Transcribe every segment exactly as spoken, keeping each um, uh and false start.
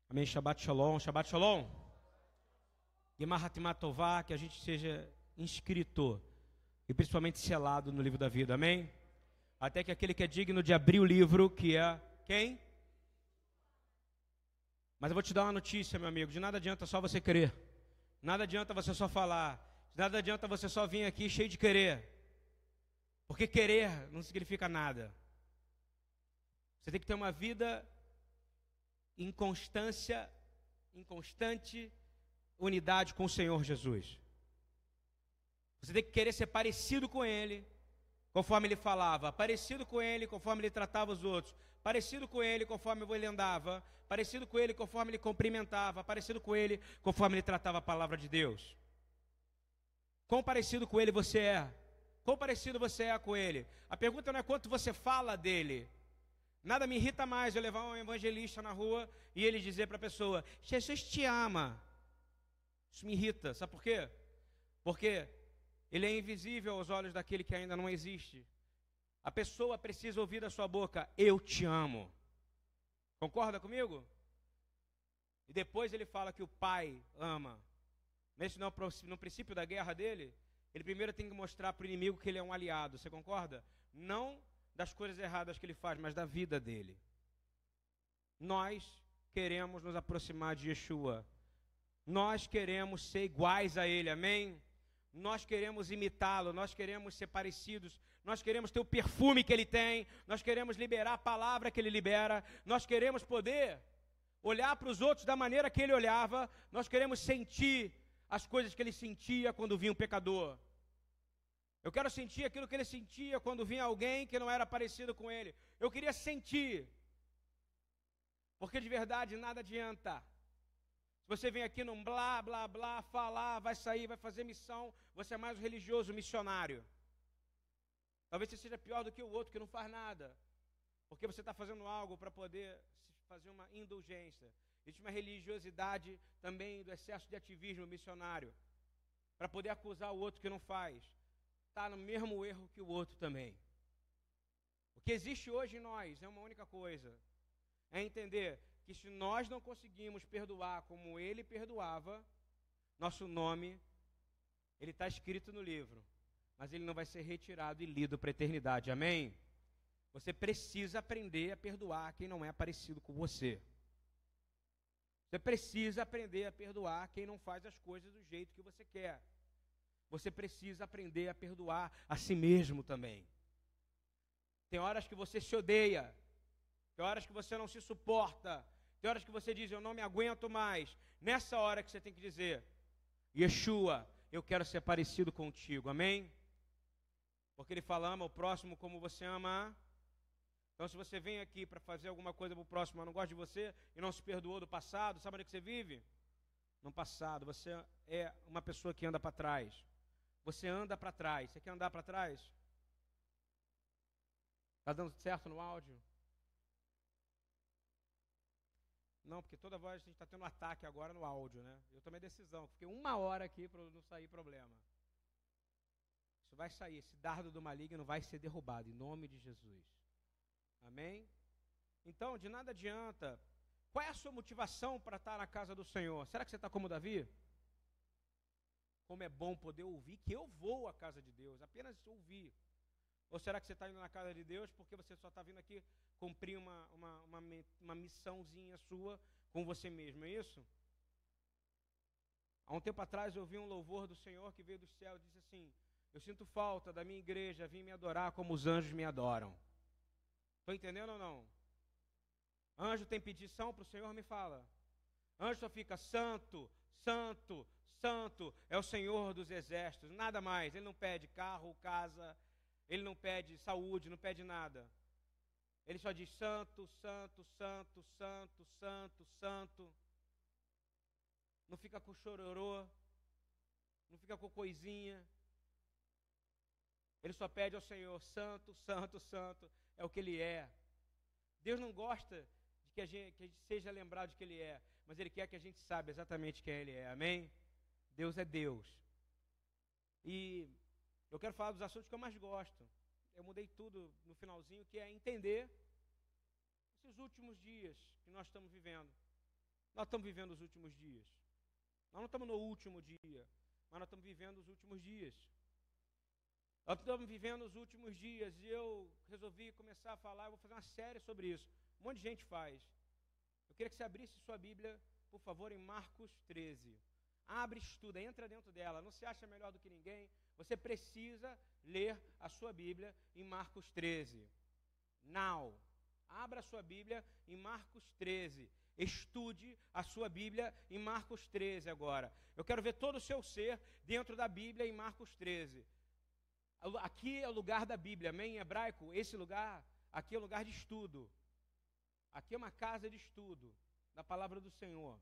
Amém. Shabbat Shalom. Shabbat Shalom. Gemar Hatimat Tová, que a gente seja inscrito e principalmente selado no livro da vida. Amém. Até que aquele que é digno de abrir o livro, que é quem? Mas eu vou te dar uma notícia, meu amigo. De nada adianta só você querer. Nada adianta você só falar. De nada adianta você só vir aqui cheio de querer. Porque querer não significa nada. Você tem que ter uma vida em constância, em constante unidade com o Senhor Jesus. Você tem que querer ser parecido com Ele, conforme Ele falava, parecido com Ele, conforme Ele tratava os outros, parecido com Ele, conforme Ele andava, parecido com Ele, conforme Ele cumprimentava, parecido com Ele, conforme Ele tratava a palavra de Deus. Quão parecido com Ele você é? Quão parecido você é com Ele? A pergunta não é quanto você fala dEle. Nada me irrita mais eu levar um evangelista na rua e ele dizer para a pessoa: Jesus te ama. Isso me irrita, sabe por quê? Porque ele é invisível aos olhos daquele que ainda não existe. A pessoa precisa ouvir da sua boca: eu te amo. Concorda comigo? E depois ele fala que o pai ama. Nesse não, no princípio da guerra dele, ele primeiro tem que mostrar para o inimigo que ele é um aliado. Você concorda? Não das coisas erradas que ele faz, mas da vida dele. Nós queremos nos aproximar de Yeshua. Nós queremos ser iguais a Ele, amém? Nós queremos imitá-lo, nós queremos ser parecidos, nós queremos ter o perfume que Ele tem, nós queremos liberar a palavra que Ele libera, nós queremos poder olhar para os outros da maneira que Ele olhava, nós queremos sentir as coisas que Ele sentia quando vinha um pecador. Eu quero sentir aquilo que Ele sentia quando vinha alguém que não era parecido com Ele. Eu queria sentir, porque de verdade nada adianta. Se você vem aqui num blá, blá, blá, falar, vai sair, vai fazer missão, você é mais um religioso missionário. Talvez você seja pior do que o outro que não faz nada, porque você está fazendo algo para poder fazer uma indulgência. Existe uma religiosidade também do excesso de ativismo missionário, para poder acusar o outro que não faz. Está no mesmo erro que o outro também. O que existe hoje em nós é uma única coisa, é entender que se nós não conseguimos perdoar como Ele perdoava, nosso nome, ele está escrito no livro, mas ele não vai ser retirado e lido para a eternidade, amém? Você precisa aprender a perdoar quem não é parecido com você. Você precisa aprender a perdoar quem não faz as coisas do jeito que você quer. Você precisa aprender a perdoar a si mesmo também. Tem horas que você se odeia, tem horas que você não se suporta, tem horas que você diz: eu não me aguento mais. Nessa hora que você tem que dizer: Yeshua, eu quero ser parecido contigo, amém? Porque ele fala: ama o próximo como você ama. Então se você vem aqui para fazer alguma coisa para o próximo, mas não gosta de você e não se perdoou do passado, sabe onde é que você vive? No passado. Você é uma pessoa que anda para trás. Você anda para trás. Você quer andar para trás? Está dando certo no áudio? Não, porque toda voz a gente está tendo um ataque agora no áudio, né? Eu tomei decisão, fiquei uma hora aqui para não sair problema. Isso vai sair, esse dardo do maligno vai ser derrubado, em nome de Jesus. Amém? Então, de nada adianta. Qual é a sua motivação para estar na casa do Senhor? Será que você está como Davi? Como é bom poder ouvir que eu vou à casa de Deus, apenas ouvir. Ou será que você está indo na casa de Deus porque você só está vindo aqui cumprir uma, uma, uma, uma missãozinha sua com você mesmo, é isso? Há um tempo atrás eu ouvi um louvor do Senhor que veio do céu e disse assim: eu sinto falta da minha igreja vir me adorar como os anjos me adoram. Estou entendendo ou não? Anjo tem petição para o Senhor, me fala. Anjo só fica santo, santo, santo, é o Senhor dos exércitos, nada mais. Ele não pede carro, casa, ele não pede saúde, não pede nada. Ele só diz santo, santo, santo, santo, santo, santo. Não fica com chororô, não fica com coisinha. Ele só pede ao Senhor santo, santo, santo, é o que Ele é. Deus não gosta de que a gente, que a gente seja lembrado de que Ele é, mas Ele quer que a gente saiba exatamente quem Ele é, amém? Deus é Deus. E eu quero falar dos assuntos que eu mais gosto. Eu mudei tudo no finalzinho, que é entender esses últimos dias que nós estamos vivendo. Nós estamos vivendo os últimos dias. Nós não estamos no último dia, mas nós estamos vivendo os últimos dias. Nós estamos vivendo os últimos dias e eu resolvi começar a falar, eu vou fazer uma série sobre isso. Um monte de gente faz. Eu queria que você abrisse sua Bíblia, por favor, em Marcos treze. Abre, estuda, entra dentro dela. Não se acha melhor do que ninguém. Você precisa ler a sua Bíblia em Marcos treze. Now. Abra a sua Bíblia em Marcos treze. Estude a sua Bíblia em Marcos treze agora. Eu quero ver todo o seu ser dentro da Bíblia em Marcos treze. Aqui é o lugar da Bíblia, amém? Em hebraico, esse lugar, aqui é o lugar de estudo. Aqui é uma casa de estudo da palavra do Senhor.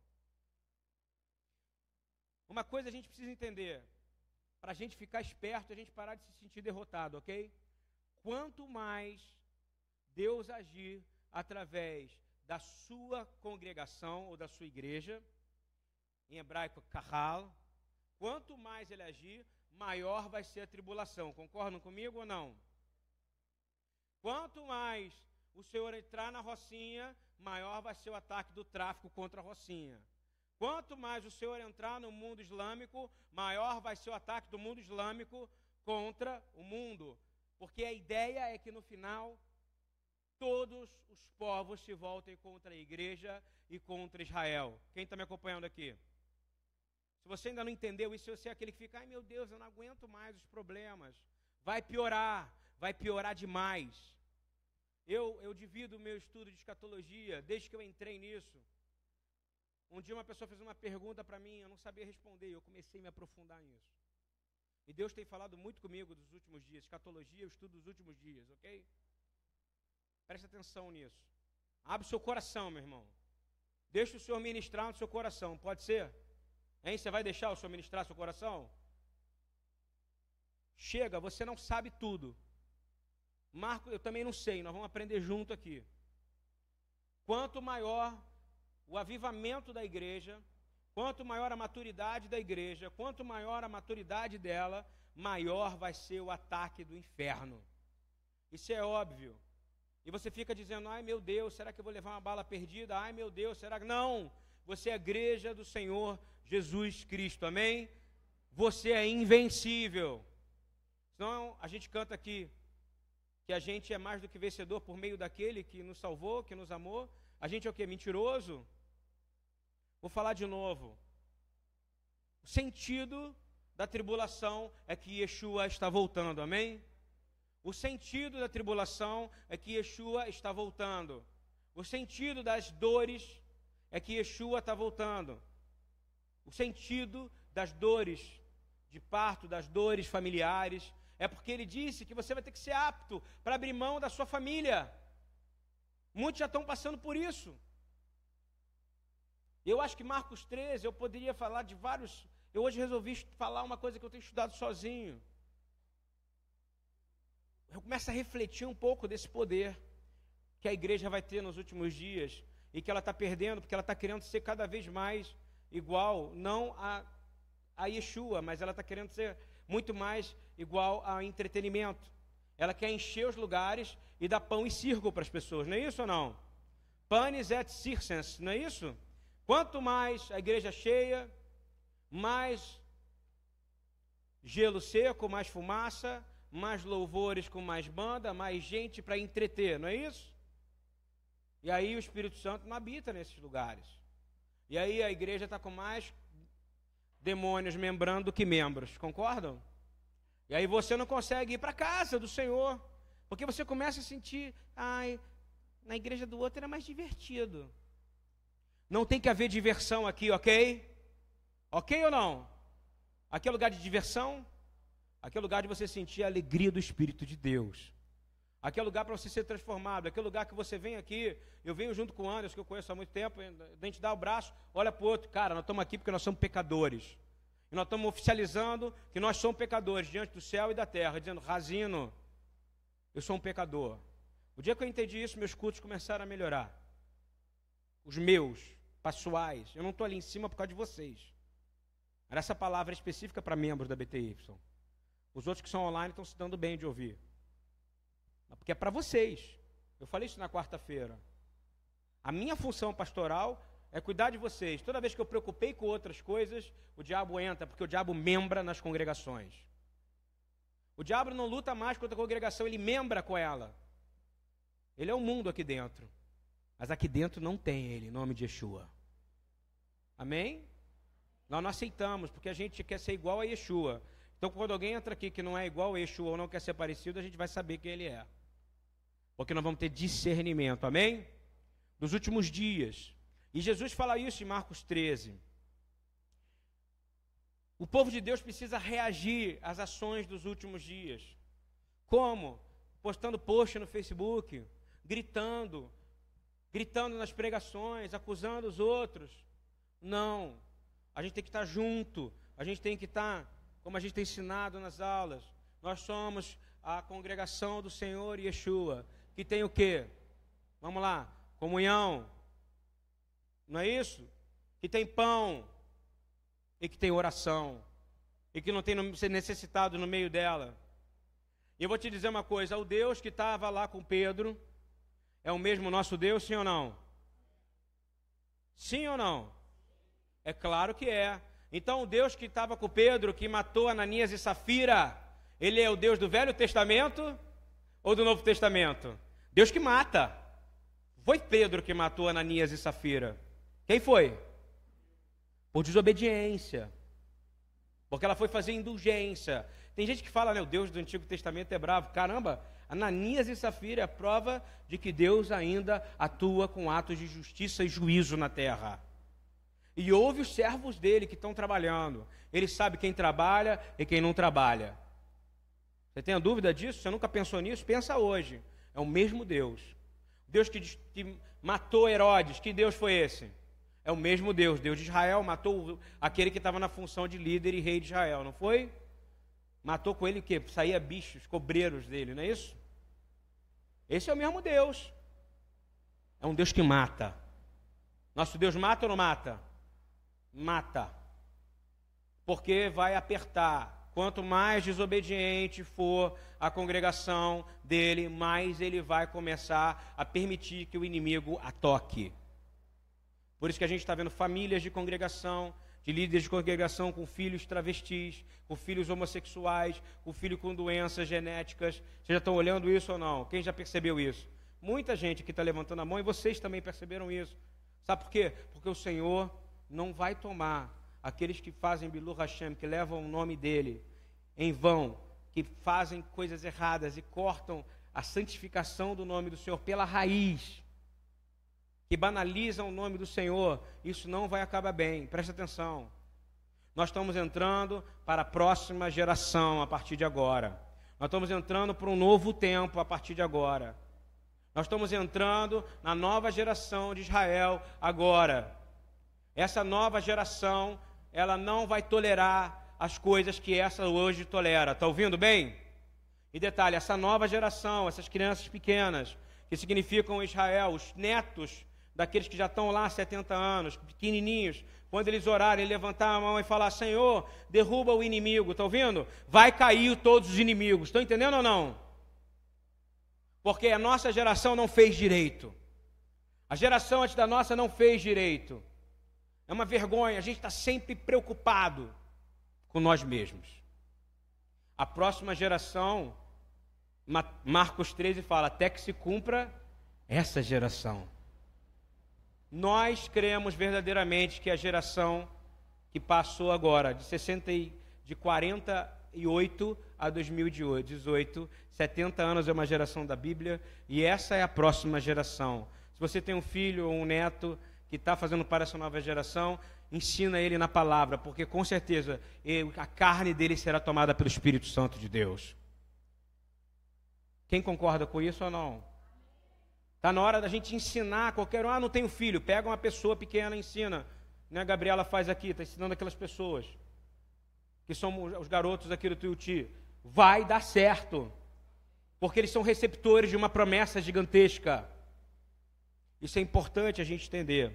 Uma coisa a gente precisa entender, para a gente ficar esperto, a gente parar de se sentir derrotado, ok? Quanto mais Deus agir através da sua congregação ou da sua igreja, em hebraico, kahal, quanto mais ele agir, maior vai ser a tribulação. Concordam comigo ou não? Quanto mais o Senhor entrar na Rocinha, maior vai ser o ataque do tráfico contra a Rocinha. Quanto mais o Senhor entrar no mundo islâmico, maior vai ser o ataque do mundo islâmico contra o mundo. Porque a ideia é que no final, todos os povos se voltem contra a igreja e contra Israel. Quem está me acompanhando aqui? Se você ainda não entendeu isso, você é aquele que fica, ai meu Deus, eu não aguento mais os problemas. Vai piorar, vai piorar demais. Eu, eu divido o meu estudo de escatologia, desde que eu entrei nisso. Um dia uma pessoa fez uma pergunta para mim, eu não sabia responder, eu comecei a me aprofundar nisso. E Deus tem falado muito comigo dos últimos dias, escatologia, eu estudo dos últimos dias, ok? Preste atenção nisso. Abre o seu coração, meu irmão. Deixa o Senhor ministrar no seu coração, pode ser? Hein? Você vai deixar o Senhor ministrar no seu coração? Chega, você não sabe tudo. Marco, eu também não sei, nós vamos aprender junto aqui. Quanto maior o avivamento da igreja, quanto maior a maturidade da igreja, quanto maior a maturidade dela, maior vai ser o ataque do inferno. Isso é óbvio. E você fica dizendo, ai meu Deus, será que eu vou levar uma bala perdida? Ai meu Deus, será que... Não, você é a igreja do Senhor Jesus Cristo, amém? Você é invencível. Senão a gente canta aqui, que a gente é mais do que vencedor por meio daquele que nos salvou, que nos amou. A gente é o quê? Mentiroso? Vou falar de novo. O sentido da tribulação é que Yeshua está voltando, amém? O sentido da tribulação é que Yeshua está voltando. O sentido das dores é que Yeshua está voltando. O sentido das dores de parto, das dores familiares, é porque ele disse que você vai ter que ser apto para abrir mão da sua família. Muitos já estão passando por isso. Eu acho que Marcos treze, eu poderia falar de vários... Eu hoje resolvi falar uma coisa que eu tenho estudado sozinho. Eu começo a refletir um pouco desse poder que a igreja vai ter nos últimos dias e que ela está perdendo, porque ela está querendo ser cada vez mais igual, não a, a Yeshua, mas ela está querendo ser muito mais igual a entretenimento. Ela quer encher os lugares e dar pão e circo para as pessoas, não é isso ou não? Panis et circens, não é isso? Quanto mais a igreja cheia, mais gelo seco, mais fumaça, mais louvores com mais banda, mais gente para entreter, não é isso? E aí o Espírito Santo não habita nesses lugares. E aí a igreja está com mais demônios membrando do que membros, concordam? E aí você não consegue ir para a casa do Senhor, porque você começa a sentir, ai, na igreja do outro era mais divertido. Não tem que haver diversão aqui, ok? Ok ou não? Aqui é lugar de diversão? Aqui é lugar de você sentir a alegria do Espírito de Deus. Aqui é lugar para você ser transformado. Aqui é lugar que você vem aqui, eu venho junto com o Anderson, que eu conheço há muito tempo, a gente dá o braço, olha para o outro, cara, nós estamos aqui porque nós somos pecadores. E nós estamos oficializando que nós somos pecadores diante do céu e da terra, dizendo, Razino, eu sou um pecador. O dia que eu entendi isso, meus cultos começaram a melhorar. Os meus, pessoais, eu não estou ali em cima por causa de vocês. Era essa palavra específica para membros da B T Y. Os outros que são online estão se dando bem de ouvir. Porque é para vocês. Eu falei isso na quarta-feira. A minha função pastoral é cuidar de vocês. Toda vez que eu preocupei com outras coisas, o diabo entra, porque o diabo membra nas congregações. O diabo não luta mais contra a congregação, ele membra com ela. Ele é o mundo aqui dentro. Mas aqui dentro não tem ele, em nome de Yeshua. Amém? Nós não aceitamos, porque a gente quer ser igual a Yeshua. Então, quando alguém entra aqui que não é igual a Yeshua ou não quer ser parecido, a gente vai saber quem ele é. Porque nós vamos ter discernimento, amém? Nos últimos dias. E Jesus fala isso em Marcos treze. O povo de Deus precisa reagir às ações dos últimos dias. Como? Postando post no Facebook, gritando, gritando nas pregações, acusando os outros. Não. A gente tem que estar junto. A gente tem que estar, como a gente tem ensinado nas aulas. Nós somos a congregação do Senhor Yeshua, que tem o quê? Vamos lá, comunhão. Não é isso? Que tem pão e que tem oração e que não tem ser necessitado no meio dela. E eu vou te dizer uma coisa, o Deus que estava lá com Pedro é o mesmo nosso Deus, sim ou não? Sim ou não? É claro que é. Então o Deus que estava com Pedro, que matou Ananias e Safira, ele é o Deus do Velho Testamento ou do Novo Testamento? Deus que mata. Foi Pedro que matou Ananias e Safira. Quem foi? Por desobediência. Porque ela foi fazer indulgência. Tem gente que fala, né, o Deus do Antigo Testamento é bravo. Caramba, Ananias e Safira é a prova de que Deus ainda atua com atos de justiça e juízo na terra. E ouve os servos dele que estão trabalhando. Ele sabe quem trabalha e quem não trabalha. Você tem a dúvida disso? Você nunca pensou nisso? Pensa hoje. É o mesmo Deus. Deus que, que matou Herodes. Que Deus foi esse? É o mesmo Deus. Deus de Israel matou aquele que estava na função de líder e rei de Israel, não foi? Matou com ele o quê? Saía bichos, cobreiros dele, não é isso? Esse é o mesmo Deus. É um Deus que mata. Nosso Deus mata ou não mata? Mata. Porque vai apertar. Quanto mais desobediente for a congregação dele, mais ele vai começar a permitir que o inimigo a toque. Por isso que a gente está vendo famílias de congregação, de líderes de congregação com filhos travestis, com filhos homossexuais, com filhos com doenças genéticas. Vocês já estão olhando isso ou não? Quem já percebeu isso? Muita gente que está levantando a mão, e vocês também perceberam isso. Sabe por quê? Porque o Senhor não vai tomar aqueles que fazem Bilu Hashem, que levam o nome dele em vão, que fazem coisas erradas e cortam a santificação do nome do Senhor pela raiz, que banalizam o nome do Senhor. Isso não vai acabar bem, presta atenção. Nós estamos entrando para a próxima geração a partir de agora. Nós estamos entrando para um novo tempo a partir de agora. Nós estamos entrando na nova geração de Israel agora. Essa nova geração, ela não vai tolerar as coisas que essa hoje tolera. Está ouvindo bem? E detalhe, essa nova geração, essas crianças pequenas, que significam Israel, os netos daqueles que já estão lá há setenta anos, pequenininhos, quando eles orarem, levantar a mão e falar, Senhor, derruba o inimigo, está ouvindo? Vai cair todos os inimigos, estão entendendo ou não? Porque a nossa geração não fez direito. A geração antes da nossa não fez direito. É uma vergonha, a gente está sempre preocupado com nós mesmos. A próxima geração, Marcos treze fala, até que se cumpra essa geração. Nós cremos verdadeiramente que a geração que passou agora, de, sessenta e, de quarenta e oito a dois mil e dezoito, setenta anos é uma geração da Bíblia, e essa é a próxima geração. Se você tem um filho ou um neto que está fazendo para essa nova geração, ensina ele na palavra, porque com certeza ele, a carne dele será tomada pelo Espírito Santo de Deus. Quem concorda com isso ou não? Está na hora da gente ensinar qualquer um. Ah, não tenho filho. Pega uma pessoa pequena e ensina. Né, a Gabriela faz aqui, está ensinando aquelas pessoas que são os garotos aqui do Tuiuti. Vai dar certo, porque eles são receptores de uma promessa gigantesca. Isso é importante a gente entender.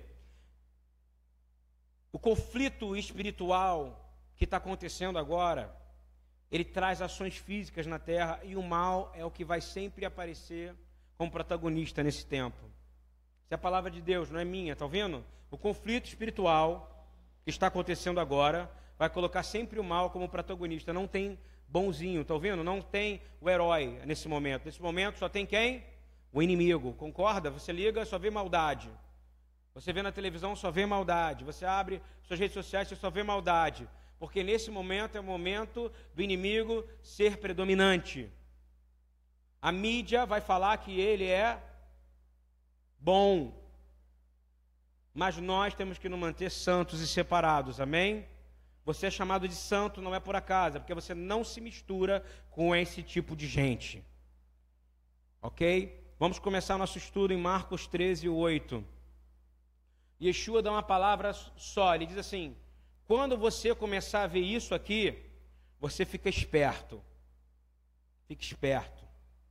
O conflito espiritual que está acontecendo agora, ele traz ações físicas na terra, e o mal é o que vai sempre aparecer como protagonista nesse tempo. Isso é a palavra de Deus, não é minha, tá vendo? O conflito espiritual que está acontecendo agora vai colocar sempre o mal como protagonista. Não tem bonzinho, tá ouvindo? Não tem o herói nesse momento. Nesse momento só tem quem? O inimigo. Concorda? Você liga, só vê maldade. Você vê na televisão, só vê maldade. Você abre suas redes sociais, você só vê maldade. Porque nesse momento é o momento do inimigo ser predominante. A mídia vai falar que ele é bom. Mas nós temos que nos manter santos e separados, amém? Você é chamado de santo, não é por acaso, é porque você não se mistura com esse tipo de gente. Ok? Vamos começar nosso estudo em Marcos treze, oito. Yeshua dá uma palavra só, ele diz assim: quando você começar a ver isso aqui, você fica esperto. Fique esperto.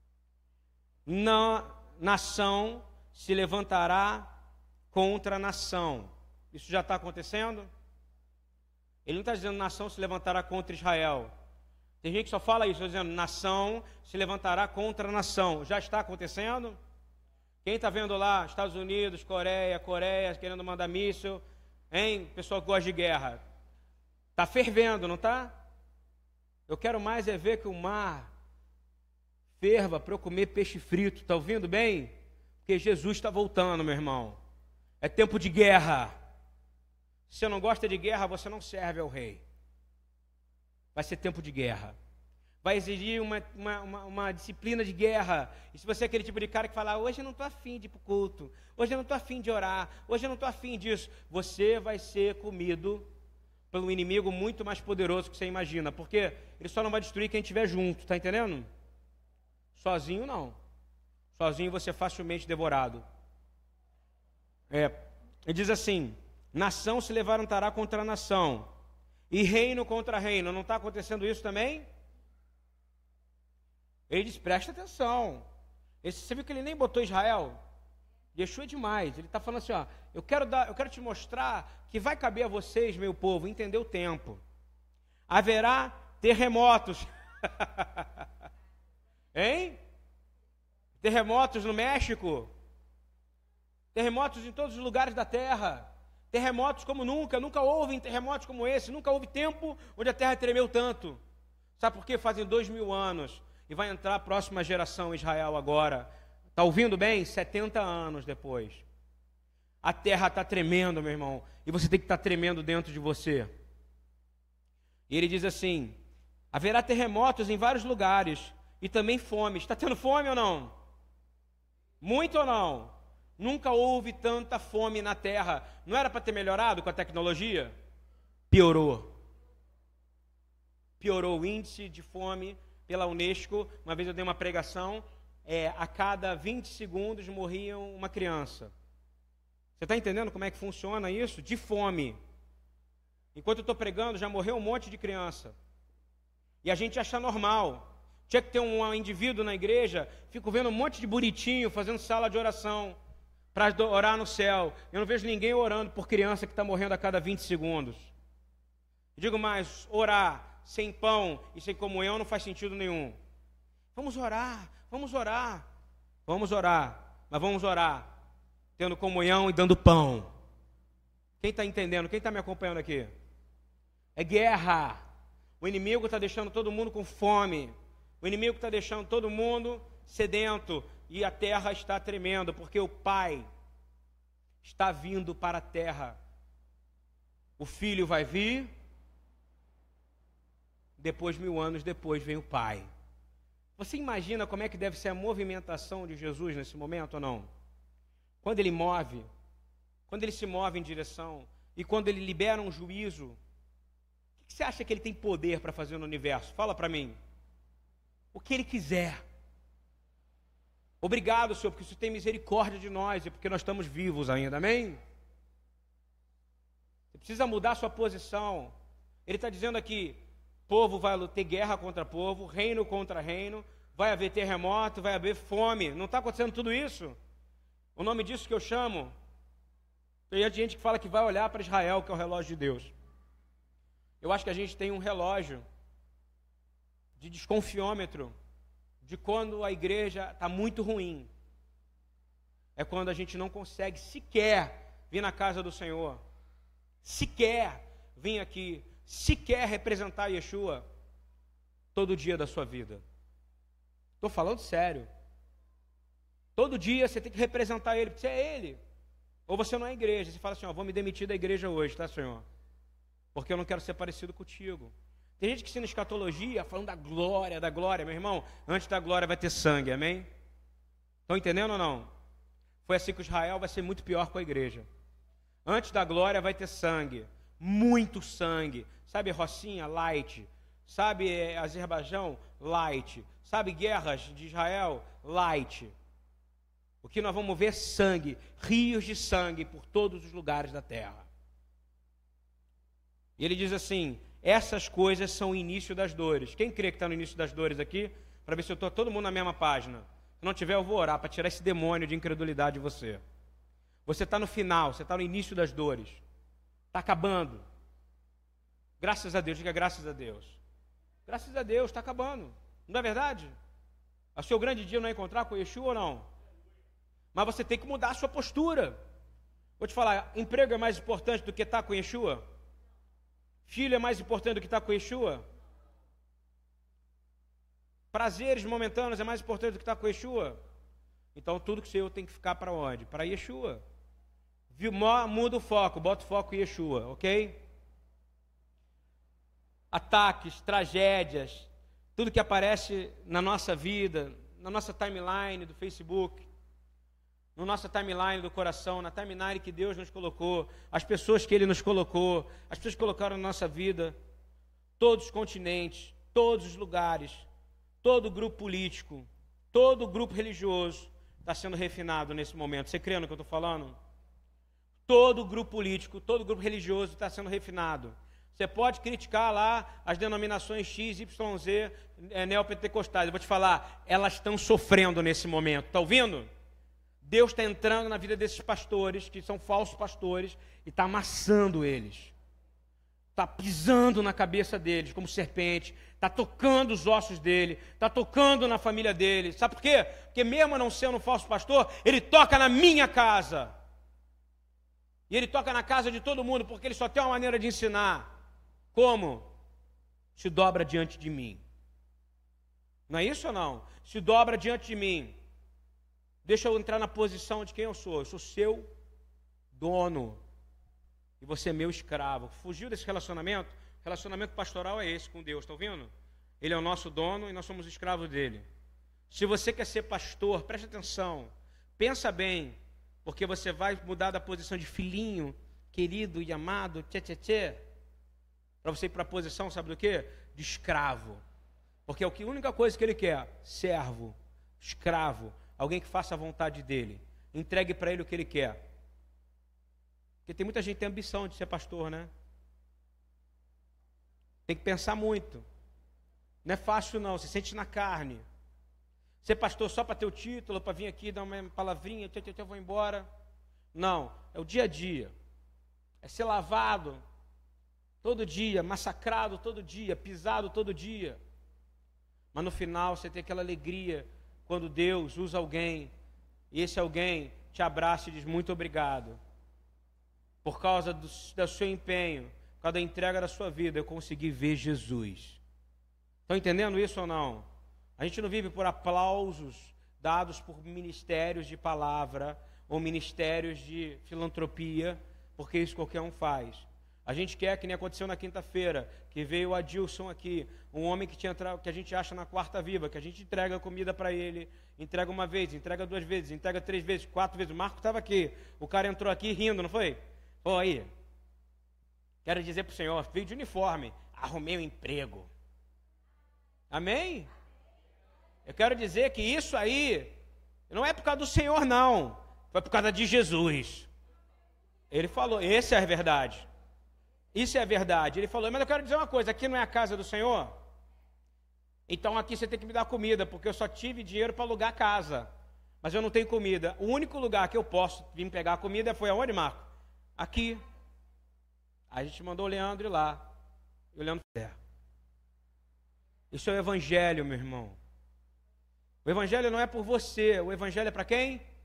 Na nação se levantará contra a nação. Isso já está acontecendo? Ele não está dizendo nação se levantará contra Israel. Tem gente que só fala isso, está dizendo nação se levantará contra a nação. Já está acontecendo? Quem está vendo lá, Estados Unidos, Coreia, Coreia, querendo mandar míssil, hein? Pessoal que gosta de guerra. Está fervendo, não está? Eu quero mais é ver que o mar ferva para eu comer peixe frito. Está ouvindo bem? Porque Jesus está voltando, meu irmão. É tempo de guerra. Se você não gosta de guerra, você não serve ao rei. Vai ser tempo de guerra. Vai exigir uma, uma, uma, uma disciplina de guerra. E se você é aquele tipo de cara que fala, hoje eu não estou afim de ir para o culto, hoje eu não estou afim de orar, hoje eu não estou afim disso, você vai ser comido pelo inimigo muito mais poderoso que você imagina. Porque ele só não vai destruir quem estiver junto, está entendendo? Sozinho não. Sozinho você é facilmente devorado. É, ele diz assim: nação se levantará contra nação, e reino contra reino. Não está acontecendo isso também? Ele diz, presta atenção. Esse, você viu que ele nem botou Israel? Yeshua é demais. Ele está falando assim, ó, eu quero, dar, eu quero te mostrar que vai caber a vocês, meu povo, entender o tempo. Haverá terremotos. Hein? Terremotos no México. Terremotos em todos os lugares da terra. Terremotos como nunca. Nunca houve terremotos como esse. Nunca houve tempo onde a terra tremeu tanto. Sabe por quê? Fazem dois mil anos. E vai entrar a próxima geração Israel agora. Está ouvindo bem? setenta anos depois. A terra está tremendo, meu irmão. E você tem que estar tá tremendo dentro de você. E ele diz assim: haverá terremotos em vários lugares. E também fome. Está tendo fome ou não? Muito ou não? Nunca houve tanta fome na terra. Não era para ter melhorado com a tecnologia? Piorou. Piorou o índice de fome pela Unesco. Uma vez eu dei uma pregação, é, a cada vinte segundos morria uma criança. Você está entendendo como é que funciona isso? De fome. Enquanto eu estou pregando, já morreu um monte de criança. E a gente acha normal. Tinha que ter um indivíduo na igreja, fico vendo um monte de bonitinho fazendo sala de oração para orar no céu. Eu não vejo ninguém orando por criança que está morrendo a cada vinte segundos. Eu digo mais, orar sem pão e sem comunhão não faz sentido nenhum. Vamos orar, vamos orar, vamos orar, mas vamos orar tendo comunhão e dando pão. Quem está entendendo? Quem está me acompanhando aqui? É guerra. O inimigo está deixando todo mundo com fome. O inimigo está deixando todo mundo sedento. E a terra está tremendo, porque o Pai está vindo para a terra. O Filho vai vir, depois, mil anos depois, vem o Pai. Você imagina como é que deve ser a movimentação de Jesus nesse momento ou não? Quando ele move, quando ele se move em direção, e quando ele libera um juízo, o que você acha que ele tem poder para fazer no universo? Fala para mim. O que ele quiser. Obrigado, Senhor, porque o Senhor tem misericórdia de nós e porque nós estamos vivos ainda, amém? Você precisa mudar a sua posição. Ele está dizendo aqui, povo vai ter guerra contra povo, reino contra reino, vai haver terremoto, vai haver fome. Não está acontecendo tudo isso? O nome disso que eu chamo, tem gente que fala que vai olhar para Israel, que é o relógio de Deus. Eu acho que a gente tem um relógio de desconfiômetro de quando a igreja está muito ruim. é quando a gente não consegue sequer vir na casa do Senhor, sequer vir aqui, sequer representar Yeshua todo dia da sua vida. Estou falando sério. Todo dia você tem que representar Ele, porque você é Ele. Ou você não é igreja, você fala assim, ó, vou me demitir da igreja hoje, tá, Senhor? Porque eu não quero ser parecido contigo. Tem gente que ensina escatologia, falando da glória, da glória. Meu irmão, antes da glória vai ter sangue, amém? Estão entendendo ou não? Foi assim que Israel vai ser muito pior com a igreja. Antes da glória vai ter sangue, muito sangue. Sabe Rocinha? Light. Sabe Azerbaijão? Light. Sabe guerras de Israel? Light. O que nós vamos ver? Sangue, rios de sangue por todos os lugares da terra. E ele diz assim, essas coisas são o início das dores. Quem crê que está no início das dores aqui? Para ver se eu estou todo mundo na mesma página. Se não tiver, eu vou orar para tirar esse demônio de incredulidade de você. Você está no final, você está no início das dores. Está acabando. Graças a Deus, diga graças a Deus. Graças a Deus, está acabando. Não é verdade? O seu grande dia não é encontrar com Yeshua ou não? Mas você tem que mudar a sua postura. Vou te falar, emprego é mais importante do que estar com Yeshua? Filho é mais importante do que estar com Yeshua? Prazeres momentâneos é mais importante do que estar com Yeshua? Então tudo que seu tem que ficar para onde? Para Yeshua. Muda o foco, bota o foco em Yeshua, ok? Ataques, tragédias, tudo que aparece na nossa vida, na nossa timeline do Facebook, na nossa timeline do coração, na timeline que Deus nos colocou, as pessoas que Ele nos colocou, as pessoas que colocaram na nossa vida, todos os continentes, todos os lugares, todo grupo político, todo grupo religioso está sendo refinado nesse momento. Você crê no que eu estou falando? Todo grupo político, todo grupo religioso está sendo refinado. Você pode criticar lá as denominações X, Y, Z, é, neopentecostais. Eu vou te falar, elas estão sofrendo nesse momento. Está ouvindo? Deus está entrando na vida desses pastores, que são falsos pastores, e está amassando eles. Está pisando na cabeça deles como serpente, está tocando os ossos dele, está tocando na família dele. Sabe por quê? Porque mesmo não sendo um falso pastor, ele toca na minha casa. E ele toca na casa de todo mundo, porque ele só tem uma maneira de ensinar. Como? Se dobra diante de mim. Não é isso ou não? Se dobra diante de mim. Deixa eu entrar na posição de quem eu sou. Eu sou seu dono. E você é meu escravo. Fugiu desse relacionamento? O relacionamento pastoral é esse com Deus, está ouvindo? Ele é o nosso dono e nós somos escravos dele. Se você quer ser pastor, preste atenção. Pensa bem, porque você vai mudar da posição de filhinho, querido e amado, tchê, tchê, tchê, para você ir para a posição, sabe do quê? De escravo. Porque é a única coisa que ele quer, servo, escravo, alguém que faça a vontade dele. Entregue para ele o que ele quer. Porque tem muita gente que tem ambição de ser pastor, né? Tem que pensar muito. Não é fácil não, se sente na carne. Ser pastor só para ter o título, para vir aqui dar uma palavrinha, tchê, tchê, tchê, eu vou embora. Não, é o dia a dia. É ser lavado todo dia, massacrado todo dia, pisado todo dia. Mas no final você tem aquela alegria quando Deus usa alguém, e esse alguém te abraça e diz muito obrigado. Por causa do, do seu empenho, por causa da entrega da sua vida, eu consegui ver Jesus. Estão entendendo isso ou não? A gente não vive por aplausos dados por ministérios de palavra ou ministérios de filantropia, porque isso qualquer um faz. A gente quer, que nem aconteceu na quinta-feira, que veio o Adilson aqui, um homem que, tinha, que a gente acha na Quarta Viva, que a gente entrega comida para ele, entrega uma vez, entrega duas vezes, entrega três vezes, quatro vezes. O Marco estava aqui, o cara entrou aqui rindo, não foi? Pô, aí, quero dizer para o Senhor, veio de uniforme, arrumei um emprego. Amém? Eu quero dizer que isso aí não é por causa do Senhor, não. Foi por causa de Jesus. Ele falou, essa é a verdade. Isso é a verdade. Ele falou, mas eu quero dizer uma coisa, aqui não é a casa do Senhor? Então aqui você tem que me dar comida, porque eu só tive dinheiro para alugar a casa. Mas eu não tenho comida. O único lugar que eu posso vir pegar a comida foi aonde, Marco? Aqui. Aí a gente mandou o Leandro ir lá. E o Leandro foi. Isso é o evangelho, meu irmão. O evangelho não é por você. O evangelho é para quem?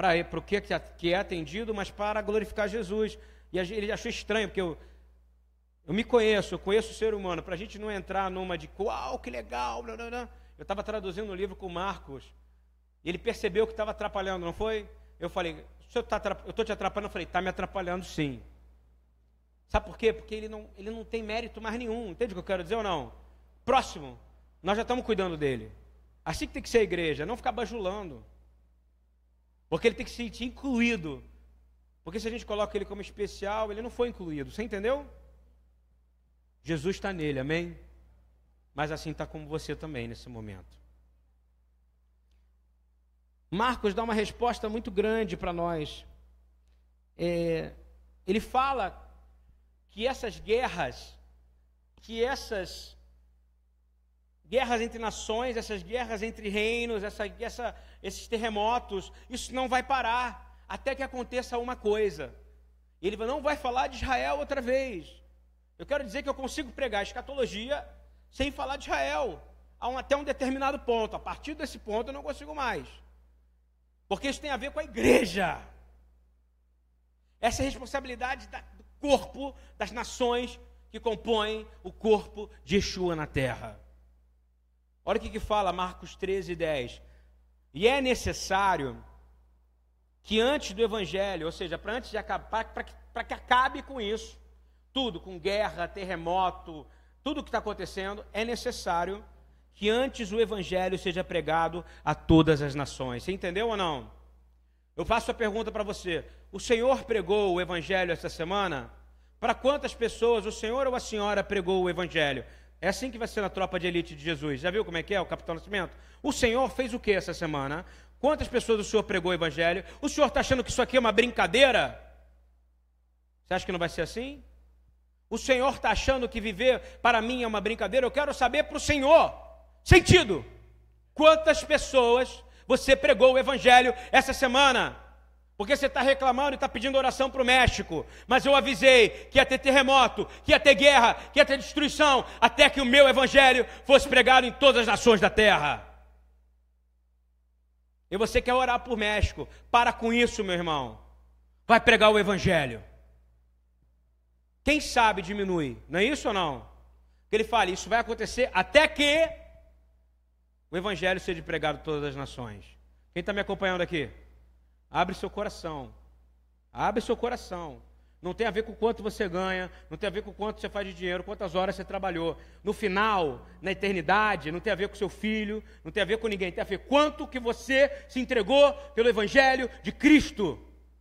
para o que, que é atendido, mas para glorificar Jesus. E ele achou estranho, porque eu, eu me conheço, eu conheço o ser humano, para a gente não entrar numa de, uau, que legal, blá, blá, blá. Eu estava traduzindo um livro com o Marcos, e ele percebeu que estava atrapalhando, não foi? Eu falei, se eu estou te atrapalhando, eu falei, está me atrapalhando sim. Sabe por quê? Porque ele não, ele não tem mérito mais nenhum, entende o que eu quero dizer ou não? Próximo, nós já estamos cuidando dele. Assim que tem que ser a igreja, não ficar bajulando. Porque ele tem que se sentir incluído. Porque se a gente coloca ele como especial, ele não foi incluído. Você entendeu? Jesus está nele, amém? Mas assim está como você também nesse momento. Marcos dá uma resposta muito grande para nós. É, ele fala que essas guerras, que essas guerras entre nações, essas guerras entre reinos, essa, essa, esses terremotos, isso não vai parar até que aconteça uma coisa. Ele não vai falar de Israel outra vez. Eu quero dizer que eu consigo pregar escatologia sem falar de Israel, até um determinado ponto. A partir desse ponto eu não consigo mais. Porque isso tem a ver com a igreja. Essa é a responsabilidade da, do corpo das nações que compõem o corpo de Yeshua na terra. Olha o que, que fala Marcos treze, dez. E é necessário que antes do evangelho, ou seja, para antes de acabar, para que acabe com isso, tudo, com guerra, terremoto, tudo o que está acontecendo, é necessário que antes o evangelho seja pregado a todas as nações. Você entendeu ou não? Eu faço a pergunta para você. O Senhor pregou o evangelho essa semana? Para quantas pessoas o Senhor ou a senhora pregou o evangelho? É assim que vai ser na tropa de elite de Jesus. Já viu como é que é o Capitão Nascimento? O Senhor fez o que essa semana? Quantas pessoas o Senhor pregou o evangelho? O Senhor está achando que isso aqui é uma brincadeira? Você acha que não vai ser assim? O Senhor está achando que viver para mim é uma brincadeira? Eu quero saber para o Senhor. Sentido. Quantas pessoas você pregou o evangelho essa semana? Porque você está reclamando e está pedindo oração para o México. Mas eu avisei que ia ter terremoto, que ia ter guerra, que ia ter destruição, até que o meu evangelho fosse pregado em todas as nações da terra. E você quer orar por México? Para com isso, meu irmão. Vai pregar o evangelho. Quem sabe diminui, não é isso ou não? Que ele fala, isso vai acontecer até que o evangelho seja pregado em todas as nações. Quem está me acompanhando aqui? Abre seu coração. Abre seu coração. Não tem a ver com quanto você ganha, não tem a ver com quanto você faz de dinheiro, quantas horas você trabalhou. No final, na eternidade, não tem a ver com seu filho, não tem a ver com ninguém, tem a ver com quanto que você se entregou pelo evangelho de Cristo.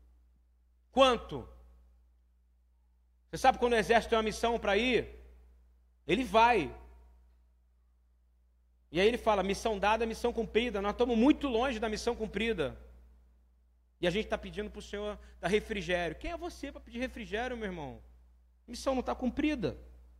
Quanto? Você sabe quando o exército tem uma missão para ir? Ele vai. E aí ele fala, missão dada, missão cumprida. Nós estamos muito longe da missão cumprida. E a gente está pedindo para o Senhor dar refrigério. Quem é você para pedir refrigério, meu irmão? A missão não está cumprida.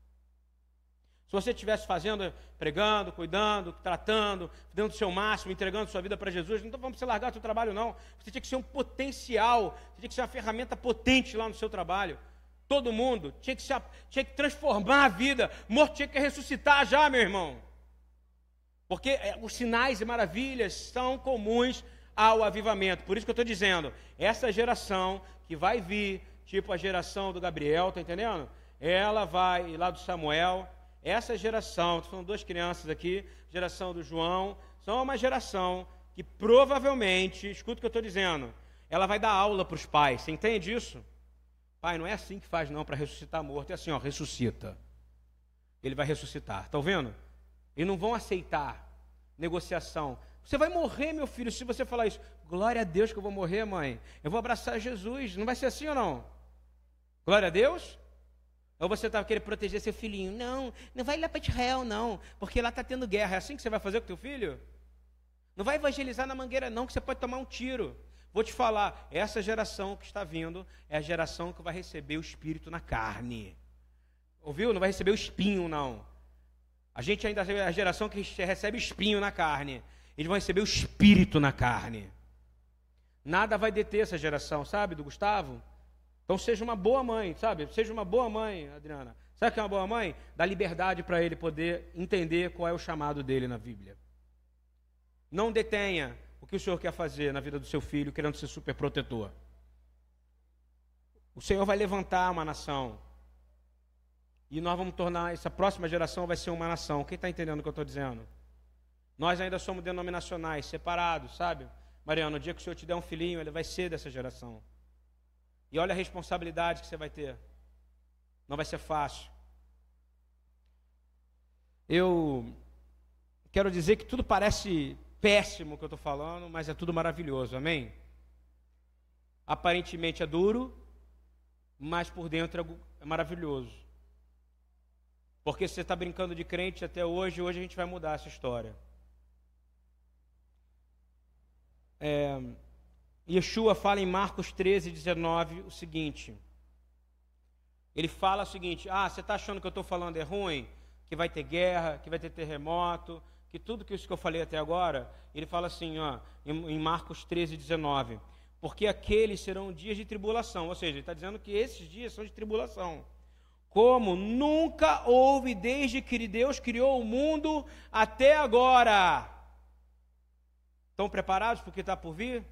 Se você estivesse fazendo, pregando, cuidando, tratando, dando o seu máximo, entregando sua vida para Jesus, não estou falando para você largar o seu trabalho, não. Você tinha que ser um potencial, você tinha que ser uma ferramenta potente lá no seu trabalho. Todo mundo tinha que, se, tinha que transformar a vida. Morto tinha que ressuscitar já, meu irmão. Porque é, os sinais e maravilhas são comuns ao avivamento. Por isso que eu estou dizendo, essa geração que vai vir, tipo a geração do Gabriel, está entendendo? Ela vai, lá do Samuel, essa geração, são duas crianças aqui, geração do João, são uma geração que provavelmente, escuta o que eu estou dizendo, ela vai dar aula para os pais. Você entende isso? Pai, não é assim que faz não para ressuscitar morto, é assim, ó, ressuscita. Ele vai ressuscitar, está ouvindo? E não vão aceitar negociação. Você vai morrer, meu filho, se você falar isso. Glória a Deus que eu vou morrer, mãe. Eu vou abraçar Jesus. Não vai ser assim ou não? Glória a Deus? Ou você está querendo proteger seu filhinho? Não, não vai lá para Israel, não. Porque lá está tendo guerra. É assim que você vai fazer com teu filho? Não vai evangelizar na mangueira, não, que você pode tomar um tiro. Vou te falar, essa geração que está vindo é a geração que vai receber o Espírito na carne. Ouviu? Não vai receber o espinho, não. A gente ainda é a geração que recebe espinho na carne. Eles vão receber o Espírito na carne. Nada vai deter essa geração, sabe, do Gustavo? Então seja uma boa mãe, sabe? Seja uma boa mãe, Adriana. Sabe o que é uma boa mãe? Dá liberdade para ele poder entender qual é o chamado dele na Bíblia. Não detenha o que o Senhor quer fazer na vida do seu filho, querendo ser super protetor. O Senhor vai levantar uma nação. E nós vamos tornar, essa próxima geração vai ser uma nação. Quem está entendendo o que eu estou dizendo? Nós ainda somos denominacionais, separados, sabe? Mariana, no dia que o Senhor te der um filhinho, ele vai ser dessa geração. E olha a responsabilidade que você vai ter. Não vai ser fácil. Eu quero dizer que tudo parece péssimo o que eu estou falando, mas é tudo maravilhoso, amém? Aparentemente é duro, mas por dentro é maravilhoso. Porque se você está brincando de crente até hoje, hoje a gente vai mudar essa história. É, Yeshua fala em Marcos treze, dezenove o seguinte. Ele fala o seguinte: ah, você está achando que eu estou falando é ruim? Que vai ter guerra, que vai ter terremoto, que tudo que isso que eu falei até agora. Ele fala assim, ó, em, em Marcos treze, dezenove. Porque aqueles serão dias de tribulação. Ou seja, ele está dizendo que esses dias são de tribulação. Como nunca houve desde que Deus criou o mundo até agora. Estão preparados para o que está por vir?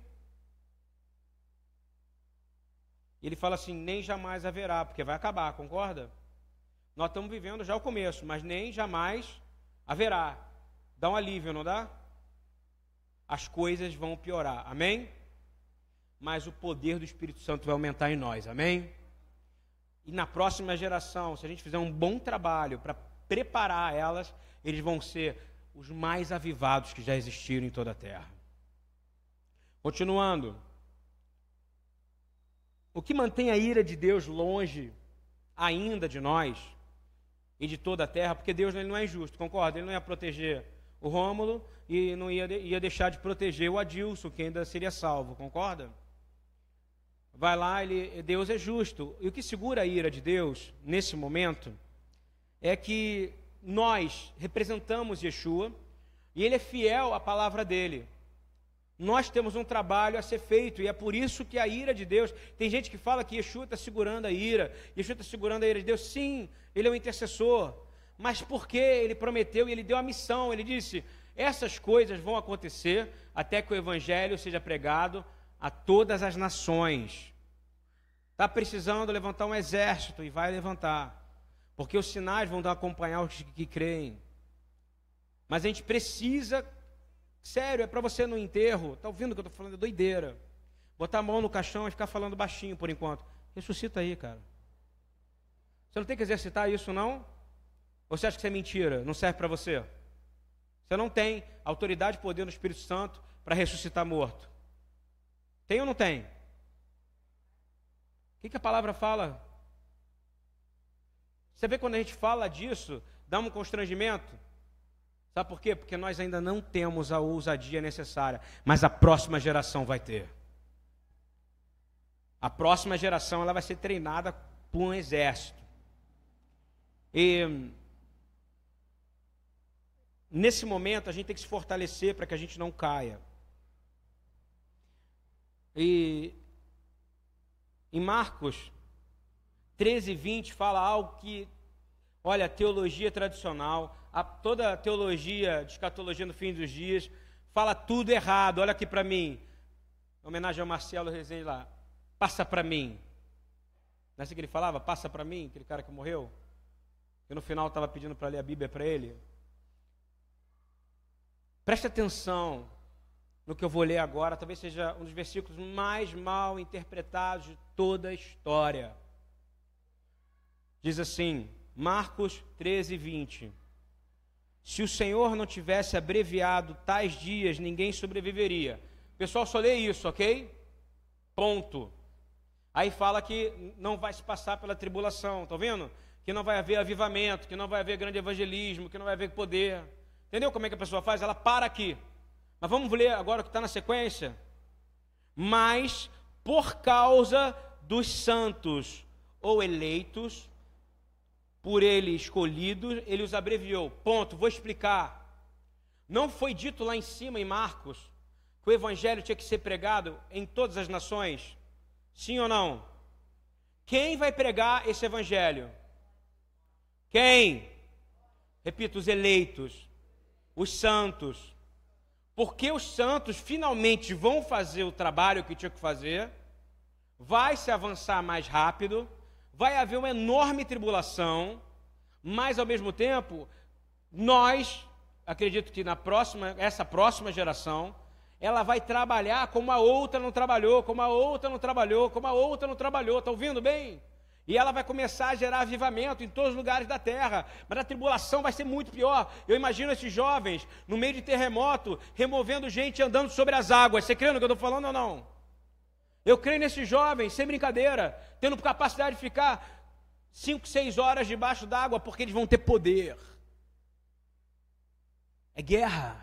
Ele fala assim, nem jamais haverá, porque vai acabar, concorda? Nós estamos vivendo já o começo, mas nem jamais haverá. Dá um alívio, não dá? As coisas vão piorar, amém? Mas o poder do Espírito Santo vai aumentar em nós, amém? E na próxima geração, se a gente fizer um bom trabalho para preparar elas, eles vão ser os mais avivados que já existiram em toda a terra. Continuando. O que mantém a ira de Deus longe ainda de nós e de toda a terra, porque Deus ele não é injusto, concorda? Ele não ia proteger o Rômulo e não ia, ia deixar de proteger o Adilson, que ainda seria salvo, concorda? Vai lá, ele, Deus é justo. E o que segura a ira de Deus, nesse momento, é que nós representamos Yeshua e ele é fiel à palavra dele. Nós temos um trabalho a ser feito e é por isso que a ira de Deus... Tem gente que fala que Yeshua está segurando a ira, Yeshua está segurando a ira de Deus. Sim, ele é o intercessor, mas porque ele prometeu e ele deu a missão, ele disse, essas coisas vão acontecer até que o evangelho seja pregado a todas as nações. Está precisando levantar um exército e vai levantar, porque os sinais vão acompanhar os que creem. Mas a gente precisa... Sério, é para você no enterro, está ouvindo o que eu estou falando? É doideira. Botar a mão no caixão e ficar falando baixinho por enquanto. Ressuscita aí, cara. Você não tem que exercitar isso, não? Ou você acha que isso é mentira? Não serve para você? Você não tem autoridade e poder no Espírito Santo para ressuscitar morto. Tem ou não tem? O que, que a palavra fala? Você vê quando a gente fala disso, dá um constrangimento. Sabe por quê? Porque nós ainda não temos a ousadia necessária, mas a próxima geração vai ter. A próxima geração ela vai ser treinada por um exército. E nesse momento a gente tem que se fortalecer para que a gente não caia. E em Marcos treze, vinte fala algo que, olha, a teologia tradicional, a, toda a teologia de escatologia no fim dos dias, fala tudo errado. Olha aqui para mim, em homenagem ao Marcelo Rezende lá, passa para mim. Não é assim que ele falava? Passa para mim, aquele cara que morreu, que no final estava pedindo para ler a Bíblia para ele. Preste atenção no que eu vou ler agora, talvez seja um dos versículos mais mal interpretados de toda a história. Diz assim, Marcos treze, vinte. Se o Senhor não tivesse abreviado tais dias, ninguém sobreviveria. Pessoal, só lê isso, ok? Ponto. Aí fala que não vai se passar pela tribulação, tá vendo? Que não vai haver avivamento, que não vai haver grande evangelismo, que não vai haver poder. Entendeu como é que a pessoa faz? Ela para aqui. Mas vamos ler agora o que está na sequência. Mas por causa dos santos ou eleitos, por ele escolhidos, ele os abreviou. Ponto, vou explicar. Não foi dito lá em cima em Marcos que o evangelho tinha que ser pregado em todas as nações? Sim ou não? Quem vai pregar esse evangelho? Quem? Repito, os eleitos, os santos. porque os santos finalmente vão fazer o trabalho que tinha que fazer, vai se avançar mais rápido, vai haver uma enorme tribulação, mas ao mesmo tempo, nós, acredito que na próxima, essa próxima geração, ela vai trabalhar como a outra não trabalhou, como a outra não trabalhou, como a outra não trabalhou, está ouvindo bem? E ela vai começar a gerar avivamento em todos os lugares da terra, mas a tribulação vai ser muito pior. Eu imagino esses jovens, no meio de terremoto, removendo gente andando sobre as águas. Você crê no que eu estou falando ou não? Eu creio nesses jovens, sem brincadeira, tendo capacidade de ficar cinco, seis horas debaixo d'água, porque eles vão ter poder. É guerra.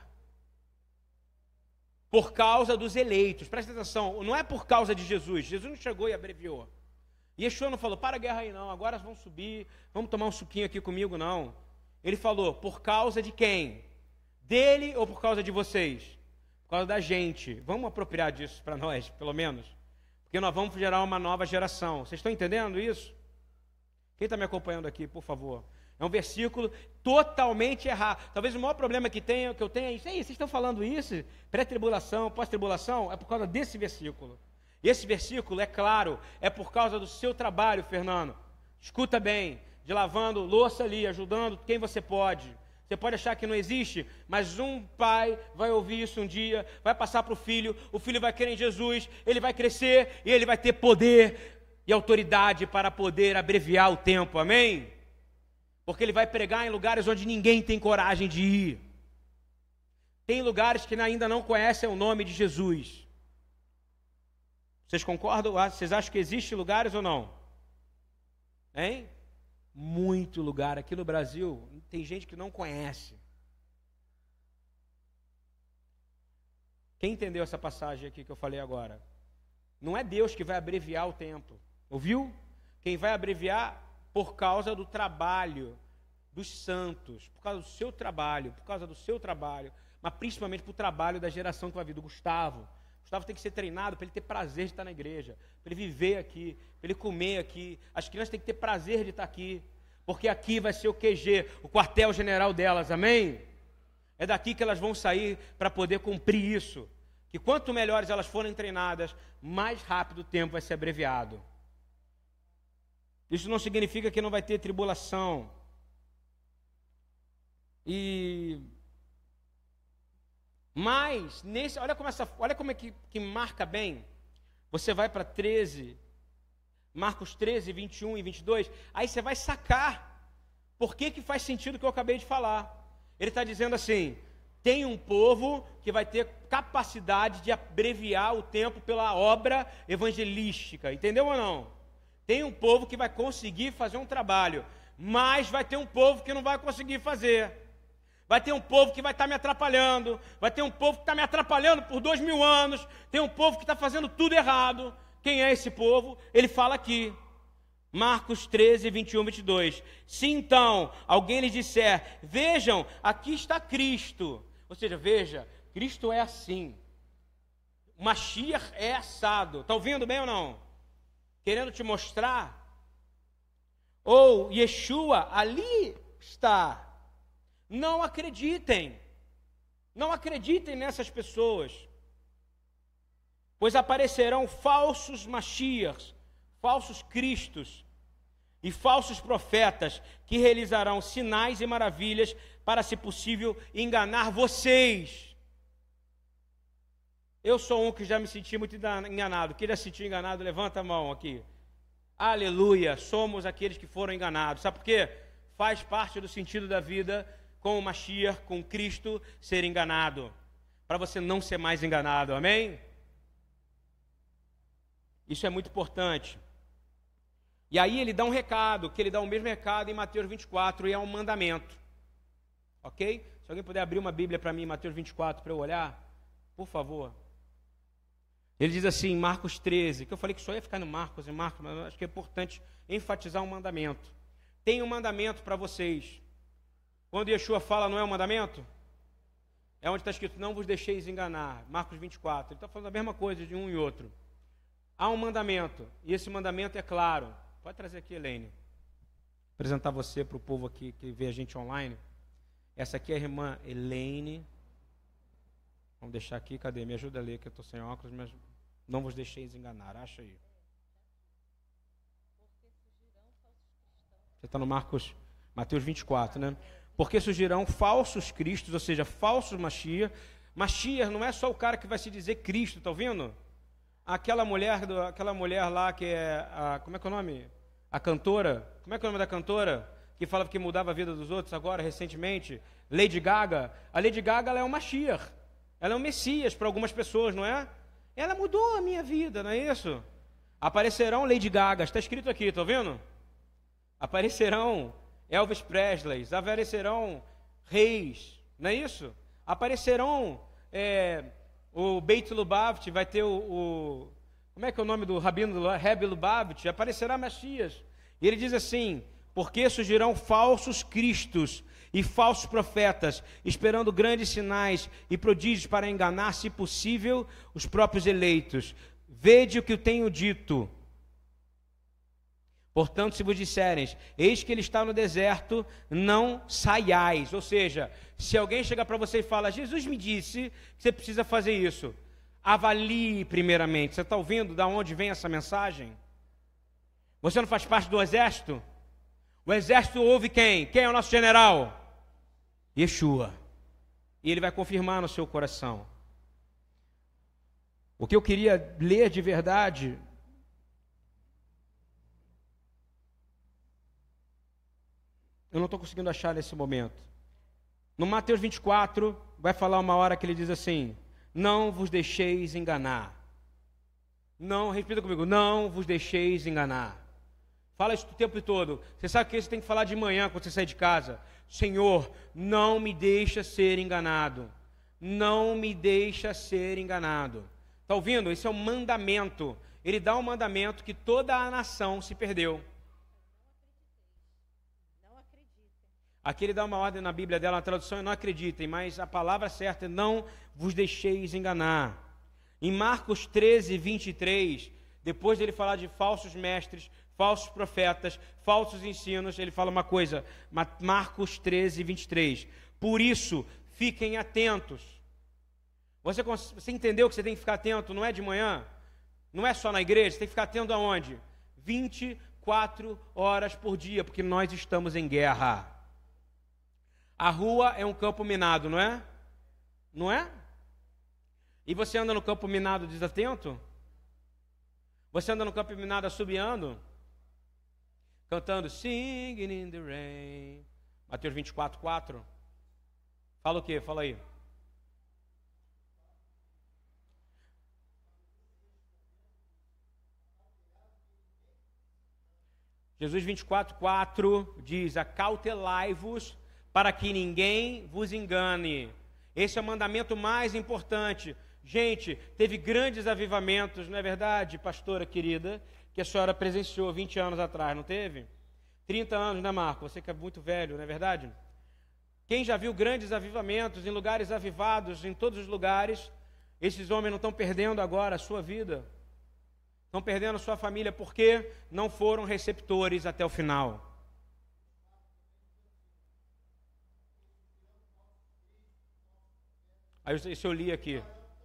Por causa dos eleitos. Presta atenção, não é por causa de Jesus. Jesus não chegou e abreviou. Yeshua não falou, para a guerra aí não, agora vamos subir, vamos tomar um suquinho aqui comigo, não. Ele falou, por causa de quem? Dele ou por causa de vocês? Por causa da gente. Vamos apropriar disso para nós, pelo menos. Porque nós vamos gerar uma nova geração. Vocês estão entendendo isso? Quem está me acompanhando aqui, por favor? É um versículo totalmente errado. Talvez o maior problema que, tenho, que eu tenha é isso. Ei, vocês estão falando isso? Pré-tribulação, pós-tribulação? É por causa desse versículo. Esse versículo, é claro, é por causa do seu trabalho, Fernando. Escuta bem, de lavando louça ali, ajudando quem você pode. Você pode achar que não existe, mas um pai vai ouvir isso um dia, vai passar para o filho, o filho vai crer em Jesus, ele vai crescer e ele vai ter poder e autoridade para poder abreviar o tempo, amém? Porque ele vai pregar em lugares onde ninguém tem coragem de ir. Tem lugares que ainda não conhecem o nome de Jesus. Vocês concordam? Vocês acham que existem lugares ou não? Hein? Muito lugar. Aqui no Brasil, tem gente que não conhece. Quem entendeu essa passagem aqui que eu falei agora? Não é Deus que vai abreviar o tempo. Ouviu? Quem vai abreviar por causa do trabalho dos santos, por causa do seu trabalho, por causa do seu trabalho, mas principalmente por trabalho da geração que vai vir, do Gustavo. Gustavo tem que ser treinado para ele ter prazer de estar na igreja, para ele viver aqui, para ele comer aqui. As crianças têm que ter prazer de estar aqui, porque aqui vai ser o Q G, o quartel-general delas, amém? É daqui que elas vão sair para poder cumprir isso. Que quanto melhores elas forem treinadas, mais rápido o tempo vai ser abreviado. Isso não significa que não vai ter tribulação. E... Mas, nesse, olha como, essa, olha como é que, que marca bem. Você vai para treze, Marcos treze, vinte e um e vinte e dois, aí você vai sacar por que, que faz sentido o que eu acabei de falar. Ele está dizendo assim, tem um povo que vai ter capacidade de abreviar o tempo pela obra evangelística, entendeu ou não? Tem um povo que vai conseguir fazer um trabalho, mas vai ter um povo que não vai conseguir fazer. Vai ter um povo que vai estar me atrapalhando, vai ter um povo que está me atrapalhando por dois mil anos, tem um povo que está fazendo tudo errado. Quem é esse povo? Ele fala aqui, Marcos treze, vinte e um, vinte e dois. Se então alguém lhes disser, vejam, aqui está Cristo. Ou seja, veja, Cristo é assim. O Mashiach é assado. Está ouvindo bem ou não? Querendo te mostrar. Ou Yeshua, ali está. Não acreditem, não acreditem nessas pessoas, pois aparecerão falsos Mashiachs, falsos Cristos e falsos profetas que realizarão sinais e maravilhas para, se possível, enganar vocês. Eu sou um que já me senti muito enganado. Quem já se sentiu enganado, levanta a mão aqui. Aleluia, somos aqueles que foram enganados. Sabe por quê? Faz parte do sentido da vida com o Mashiach, com Cristo, ser enganado, para você não ser mais enganado, amém? Isso é muito importante. E aí ele dá um recado, que ele dá o mesmo recado em Mateus vinte e quatro, e é um mandamento, ok? Se alguém puder abrir uma Bíblia para mim, Mateus vinte e quatro, para eu olhar, por favor. Ele diz assim, em Marcos treze, que eu falei que só ia ficar no Marcos, em Marcos, mas eu acho que é importante enfatizar um mandamento. Tem um mandamento para vocês. Quando Yeshua fala, não é um mandamento? É onde está escrito, não vos deixeis enganar. Marcos vinte e quatro. Ele está falando a mesma coisa de um e outro. Há um mandamento, e esse mandamento é claro. Pode trazer aqui, Elaine. Apresentar você para o povo aqui que vê a gente online. Essa aqui é a irmã Elaine. Vamos deixar aqui, cadê? Me ajuda a ler, que eu estou sem óculos, mas não vos deixeis enganar. Acha aí. Você está no Marcos, Mateus vinte e quatro, né? Porque surgirão falsos cristos, ou seja, falsos Mashiach. Mashiach não é só o cara que vai se dizer Cristo, tá ouvindo? Aquela mulher, do, aquela mulher lá que é, a, como é que é o nome? A cantora, como é que é o nome da cantora? Que falava que mudava a vida dos outros agora, recentemente? Lady Gaga. A Lady Gaga, ela é o Mashiach. Ela é o Messias para algumas pessoas, não é? Ela mudou a minha vida, não é isso? Aparecerão Lady Gaga, está escrito aqui, tá ouvindo? Aparecerão Elvis Presley, aparecerão reis, não é isso? Aparecerão é, o Beit Lubavitch, vai ter o, o... Como é que é o nome do Rabino Rebbe Lubavitch? Aparecerá Messias. E ele diz assim, porque surgirão falsos cristos e falsos profetas, esperando grandes sinais e prodígios para enganar, se possível, os próprios eleitos. Vede o que eu tenho dito. Portanto, se vos disserem, eis que ele está no deserto, não saiais. Ou seja, se alguém chegar para você e fala, Jesus me disse que você precisa fazer isso, avalie primeiramente. Você está ouvindo de onde vem essa mensagem? Você não faz parte do exército? O exército ouve quem? Quem é o nosso general? Yeshua. E ele vai confirmar no seu coração. O que eu queria ler de verdade... Eu não estou conseguindo achar nesse momento. No Mateus vinte e quatro, vai falar uma hora que ele diz assim, não vos deixeis enganar. Não, repita comigo, não vos deixeis enganar. Fala isso o tempo todo. Você sabe que você tem que falar de manhã quando você sair de casa. Senhor, não me deixa ser enganado. Não me deixa ser enganado. Está ouvindo? Esse é um mandamento. Ele dá um mandamento que toda a nação se perdeu. Aqui ele dá uma ordem na Bíblia dela, na tradução é não acreditem, mas a palavra certa é não vos deixeis enganar. Em Marcos treze, vinte e três, depois dele falar de falsos mestres, falsos profetas, falsos ensinos, ele fala uma coisa, Marcos treze, vinte e três, por isso, fiquem atentos. Você, você entendeu que você tem que ficar atento, não é de manhã? Não é só na igreja, você tem que ficar atento aonde? vinte e quatro horas por dia, porque nós estamos em guerra. A rua é um campo minado, não é? Não é? E você anda no campo minado desatento? Você anda no campo minado assobiando? Cantando Singing in the Rain. Mateus vinte e quatro, quatro. Fala o quê? Fala aí. Jesus vinte e quatro, quatro diz, acautelai-vos para que ninguém vos engane. Esse é o mandamento mais importante. Gente, teve grandes avivamentos, não é verdade, pastora querida, que a senhora presenciou vinte anos atrás, não teve? trinta anos, né, Marco? Você que é muito velho, não é verdade? Quem já viu grandes avivamentos em lugares avivados, em todos os lugares, esses homens não estão perdendo agora a sua vida. Estão perdendo a sua família porque não foram receptores até o final. Aí isso eu li aqui.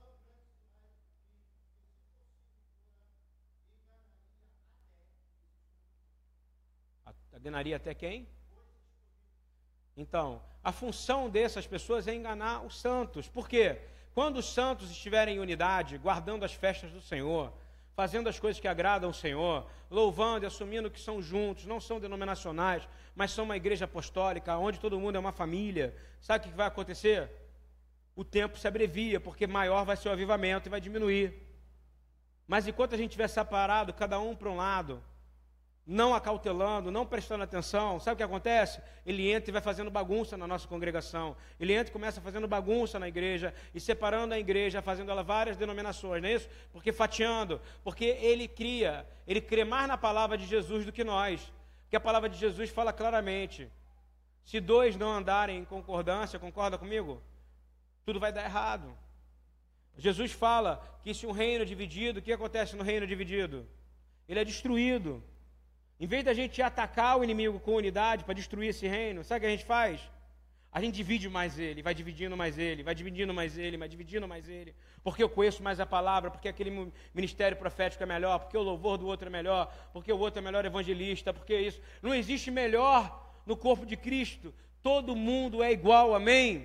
Enganaria até quem? Então, a função dessas pessoas é enganar os santos. Por quê? Quando os santos estiverem em unidade, guardando as festas do Senhor, fazendo as coisas que agradam ao Senhor, louvando e assumindo que são juntos, não são denominacionais, mas são uma igreja apostólica, onde todo mundo é uma família, sabe o que vai acontecer? O tempo se abrevia, porque maior vai ser o avivamento e vai diminuir. Mas enquanto a gente estiver separado, cada um para um lado, não acautelando, não prestando atenção, sabe o que acontece? Ele entra e vai fazendo bagunça na nossa congregação. Ele entra e começa fazendo bagunça na igreja, e separando a igreja, fazendo ela várias denominações, não é isso? Porque fatiando, porque ele cria, ele crê mais na palavra de Jesus do que nós. Porque a palavra de Jesus fala claramente, se dois não andarem em concordância, concorda comigo? Tudo vai dar errado. Jesus fala que se um reino dividido, o que acontece no reino dividido? Ele é destruído. Em vez da gente atacar o inimigo com unidade para destruir esse reino, sabe o que a gente faz? A gente divide mais ele, vai dividindo mais ele, vai dividindo mais ele, vai dividindo mais ele, porque eu conheço mais a palavra, porque aquele ministério profético é melhor, porque o louvor do outro é melhor, porque o outro é melhor evangelista, porque isso. Não existe melhor no corpo de Cristo, todo mundo é igual, amém?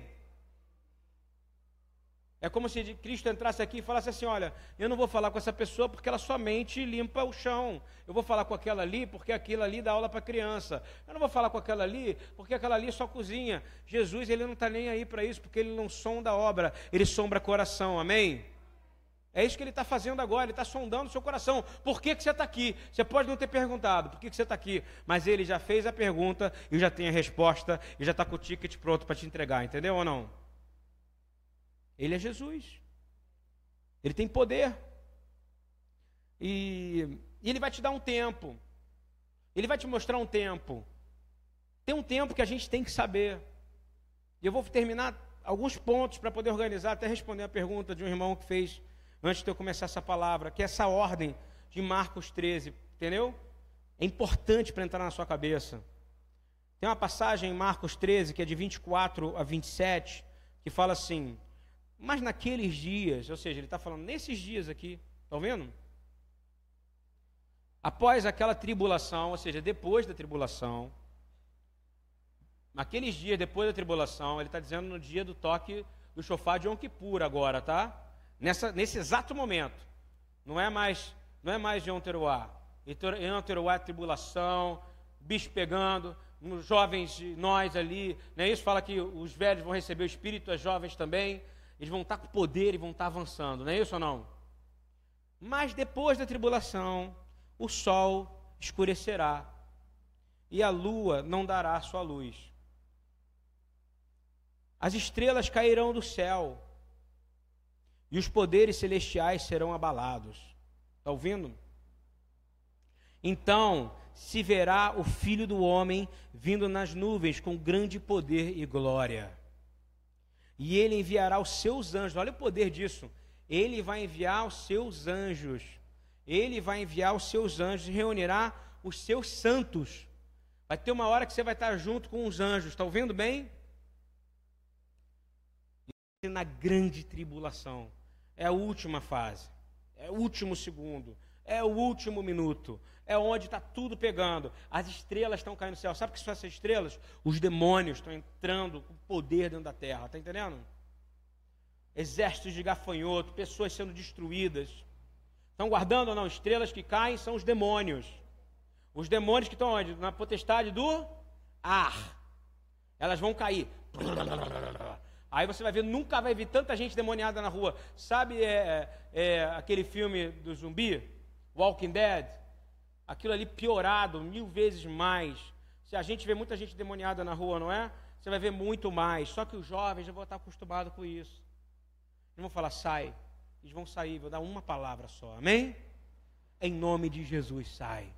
É como se Cristo entrasse aqui e falasse assim, olha, eu não vou falar com essa pessoa porque ela somente limpa o chão. Eu vou falar com aquela ali porque aquilo ali dá aula para criança. Eu não vou falar com aquela ali porque aquela ali só cozinha. Jesus, ele não está nem aí para isso, porque ele não sonda a obra, ele sombra coração, amém? É isso que ele está fazendo agora, ele está sondando o seu coração. Por que, que você está aqui? Você pode não ter perguntado, por que, que você está aqui? Mas ele já fez a pergunta e já tem a resposta e já está com o ticket pronto para te entregar, entendeu ou não? Ele é Jesus, ele tem poder, e, e ele vai te dar um tempo, ele vai te mostrar um tempo, tem um tempo que a gente tem que saber, e eu vou terminar alguns pontos para poder organizar, até responder a pergunta de um irmão que fez, antes de eu começar essa palavra, que é essa ordem de Marcos treze, entendeu? É importante para entrar na sua cabeça. Tem uma passagem em Marcos treze, que é de vinte e quatro a vinte e sete, que fala assim: mas naqueles dias, ou seja, ele está falando nesses dias aqui, estão vendo? Após aquela tribulação, ou seja, depois da tribulação, naqueles dias depois da tribulação, ele está dizendo no dia do toque do shofar de Yom Kippur agora, tá? Nessa, nesse exato momento, não é mais, não é mais Yom Teruah. Yom Teruah é tribulação, bicho pegando, os jovens, nós ali, não é isso? Fala que os velhos vão receber o Espírito, as jovens também. Eles vão estar com poder e vão estar avançando, não é isso ou não? Mas depois da tribulação, o sol escurecerá e a lua não dará sua luz. As estrelas cairão do céu e os poderes celestiais serão abalados. Está ouvindo? Então se verá o Filho do Homem vindo nas nuvens com grande poder e glória. E ele enviará os seus anjos, olha o poder disso, ele vai enviar os seus anjos, ele vai enviar os seus anjos e reunirá os seus santos. Vai ter uma hora que você vai estar junto com os anjos, está ouvindo bem? E na grande tribulação, é a última fase, é o último segundo, é o último minuto, é onde está tudo pegando, as estrelas estão caindo no céu. Sabe o que são essas estrelas? Os demônios estão entrando com poder dentro da terra, está entendendo? Exércitos de gafanhoto, pessoas sendo destruídas, estão guardando ou não? Estrelas que caem são os demônios, os demônios que estão onde? Na potestade do ar, elas vão cair. Aí você vai ver, nunca vai ver tanta gente demoniada na rua. Sabe é, é, aquele filme do zumbi, Walking Dead? Aquilo ali piorado mil vezes mais. Se a gente vê muita gente demoniada na rua, não é? Você vai ver muito mais. Só que os jovens já vão estar acostumados com isso. Eles vão falar, sai. Eles vão sair, vou dar uma palavra só. Amém? Em nome de Jesus, sai.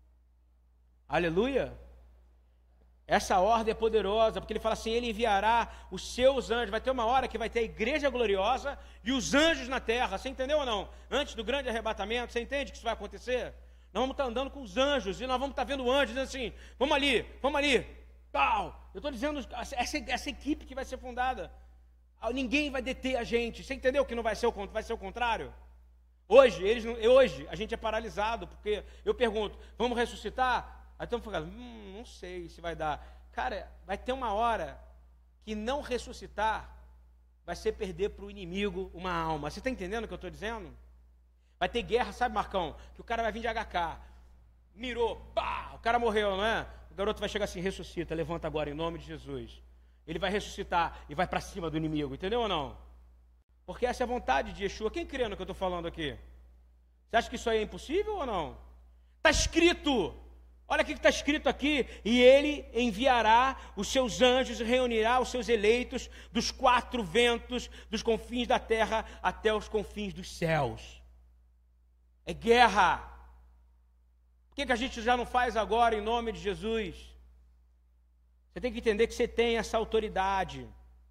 Aleluia. Essa ordem é poderosa, porque ele fala assim, ele enviará os seus anjos. Vai ter uma hora que vai ter a igreja gloriosa e os anjos na terra. Você entendeu ou não? Antes do grande arrebatamento, você entende que isso vai acontecer? Nós vamos estar andando com os anjos, e nós vamos estar vendo anjos dizendo assim, vamos ali, vamos ali, tal. Eu estou dizendo, essa, essa equipe que vai ser fundada, ninguém vai deter a gente. Você entendeu que não vai ser o, vai ser o contrário? Hoje, eles não, hoje a gente é paralisado, porque eu pergunto, vamos ressuscitar? Aí estamos falando, hum, não sei se vai dar. Cara, vai ter uma hora que não ressuscitar vai ser perder para o inimigo uma alma. Você está entendendo o que eu estou dizendo? Vai ter guerra, sabe, Marcão? Que o cara vai vir de H K, mirou, pá, o cara morreu, não é? O garoto vai chegar assim, ressuscita, levanta agora em nome de Jesus. Ele vai ressuscitar e vai para cima do inimigo, entendeu ou não? Porque essa é a vontade de Yeshua. Quem crê no que eu estou falando aqui? Você acha que isso aí é impossível ou não? Está escrito, olha o que está escrito aqui, e ele enviará os seus anjos e reunirá os seus eleitos dos quatro ventos, dos confins da terra até os confins dos céus. É guerra. Por que, que a gente já não faz agora em nome de Jesus? Você tem que entender que você tem essa autoridade.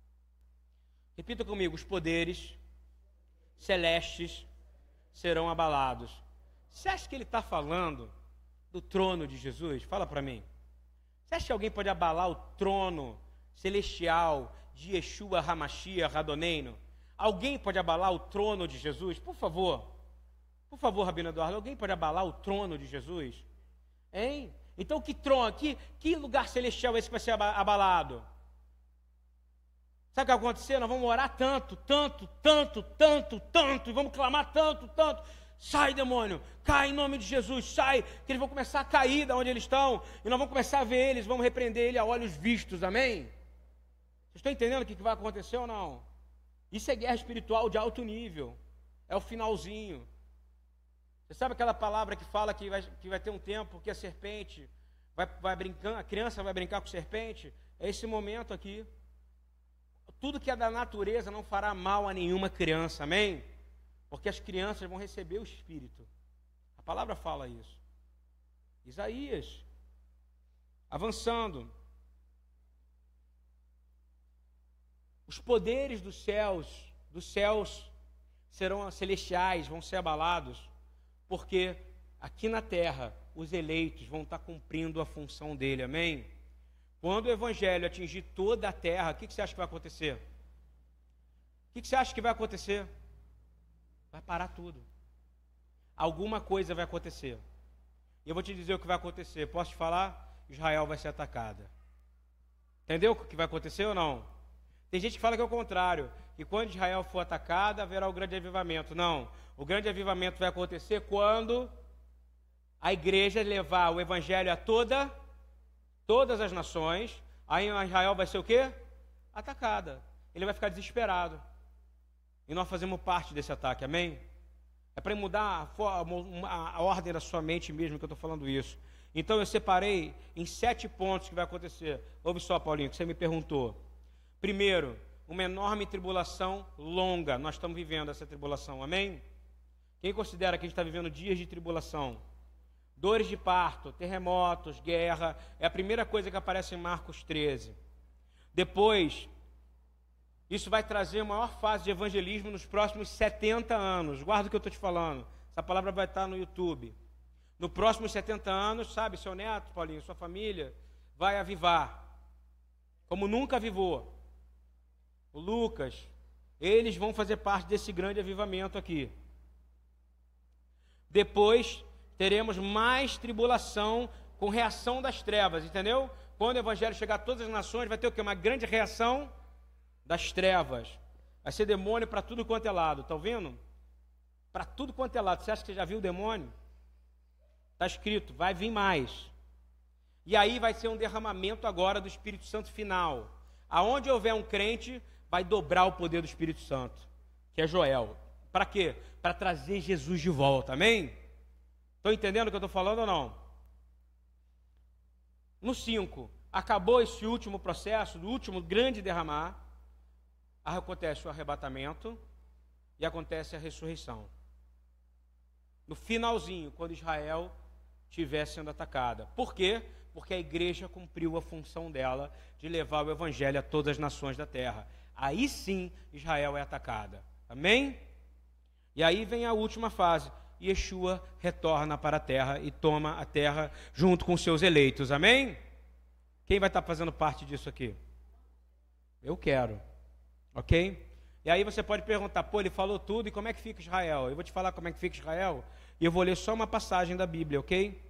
Repita comigo, os poderes celestes serão abalados. Você acha que ele está falando do trono de Jesus? Fala para mim. Você acha que alguém pode abalar o trono celestial de Yeshua HaMashiach Radoneino? Alguém pode abalar o trono de Jesus? Por favor. Por favor, Rabino Eduardo, alguém pode abalar o trono de Jesus? Hein? Então, que trono, que, que lugar celestial é esse que vai ser abalado? Sabe o que vai acontecer? Nós vamos orar tanto, tanto, tanto, tanto, tanto, e vamos clamar tanto, tanto. Sai, demônio, cai em nome de Jesus, sai, que eles vão começar a cair de onde eles estão, e nós vamos começar a ver eles, vamos repreender ele a olhos vistos, amém? Vocês estão entendendo o que vai acontecer ou não? Isso é guerra espiritual de alto nível, é o finalzinho. Você sabe aquela palavra que fala que vai, que vai ter um tempo que a serpente vai, vai brincar, a criança vai brincar com serpente? É esse momento aqui. Tudo que é da natureza não fará mal a nenhuma criança, amém? Porque as crianças vão receber o Espírito. A palavra fala isso. Isaías, avançando. Os poderes dos céus, dos céus serão celestiais, vão ser abalados, porque aqui na terra os eleitos vão estar cumprindo a função dele, amém? Quando o evangelho atingir toda a terra, o que você acha que vai acontecer? O que você acha que vai acontecer? Vai parar tudo. Alguma coisa vai acontecer. E eu vou te dizer o que vai acontecer. Posso te falar? Israel vai ser atacada. Entendeu o que vai acontecer ou não? Tem gente que fala que é o contrário, que quando Israel for atacada, haverá o grande avivamento. Não, o grande avivamento vai acontecer quando a igreja levar o evangelho a toda, todas as nações. Aí Israel vai ser o quê? Atacada. Ele vai ficar desesperado. E nós fazemos parte desse ataque, amém? É para mudar a, a ordem da sua mente mesmo que eu estou falando isso. Então eu separei em sete pontos que vai acontecer. Ouve só, Paulinho, que você me perguntou. Primeiro, uma enorme tribulação longa. Nós estamos vivendo essa tribulação, amém? Quem considera que a gente está vivendo dias de tribulação? Dores de parto, terremotos, guerra. É a primeira coisa que aparece em Marcos treze. Depois, isso vai trazer a maior fase de evangelismo nos próximos setenta anos. Guarda o que eu estou te falando. Essa palavra vai estar no YouTube. Nos próximos setenta anos, sabe, seu neto, Paulinho, sua família, vai avivar. Como nunca avivou. O Lucas, eles vão fazer parte desse grande avivamento aqui. Depois, teremos mais tribulação com reação das trevas, entendeu? Quando o evangelho chegar a todas as nações, vai ter o quê? Uma grande reação das trevas. Vai ser demônio para tudo quanto é lado, tá ouvindo? Para tudo quanto é lado. Você acha que você já viu o demônio? Está escrito, vai vir mais. E aí vai ser um derramamento agora do Espírito Santo final. Aonde houver um crente, vai dobrar o poder do Espírito Santo, que é Joel. Para quê? Para trazer Jesus de volta, amém? Estão entendendo o que eu estou falando ou não? No cinco, acabou esse último processo, do último grande derramar, acontece o arrebatamento e acontece a ressurreição. No finalzinho, quando Israel estiver sendo atacada. Por quê? Porque a igreja cumpriu a função dela de levar o evangelho a todas as nações da terra. Aí sim Israel é atacada. Amém? E aí vem a última fase. Yeshua retorna para a terra e toma a terra junto com seus eleitos. Amém? Quem vai estar fazendo parte disso aqui? Eu quero. Ok? E aí você pode perguntar, pô, ele falou tudo, e como é que fica Israel? Eu vou te falar como é que fica Israel, e eu vou ler só uma passagem da Bíblia, ok?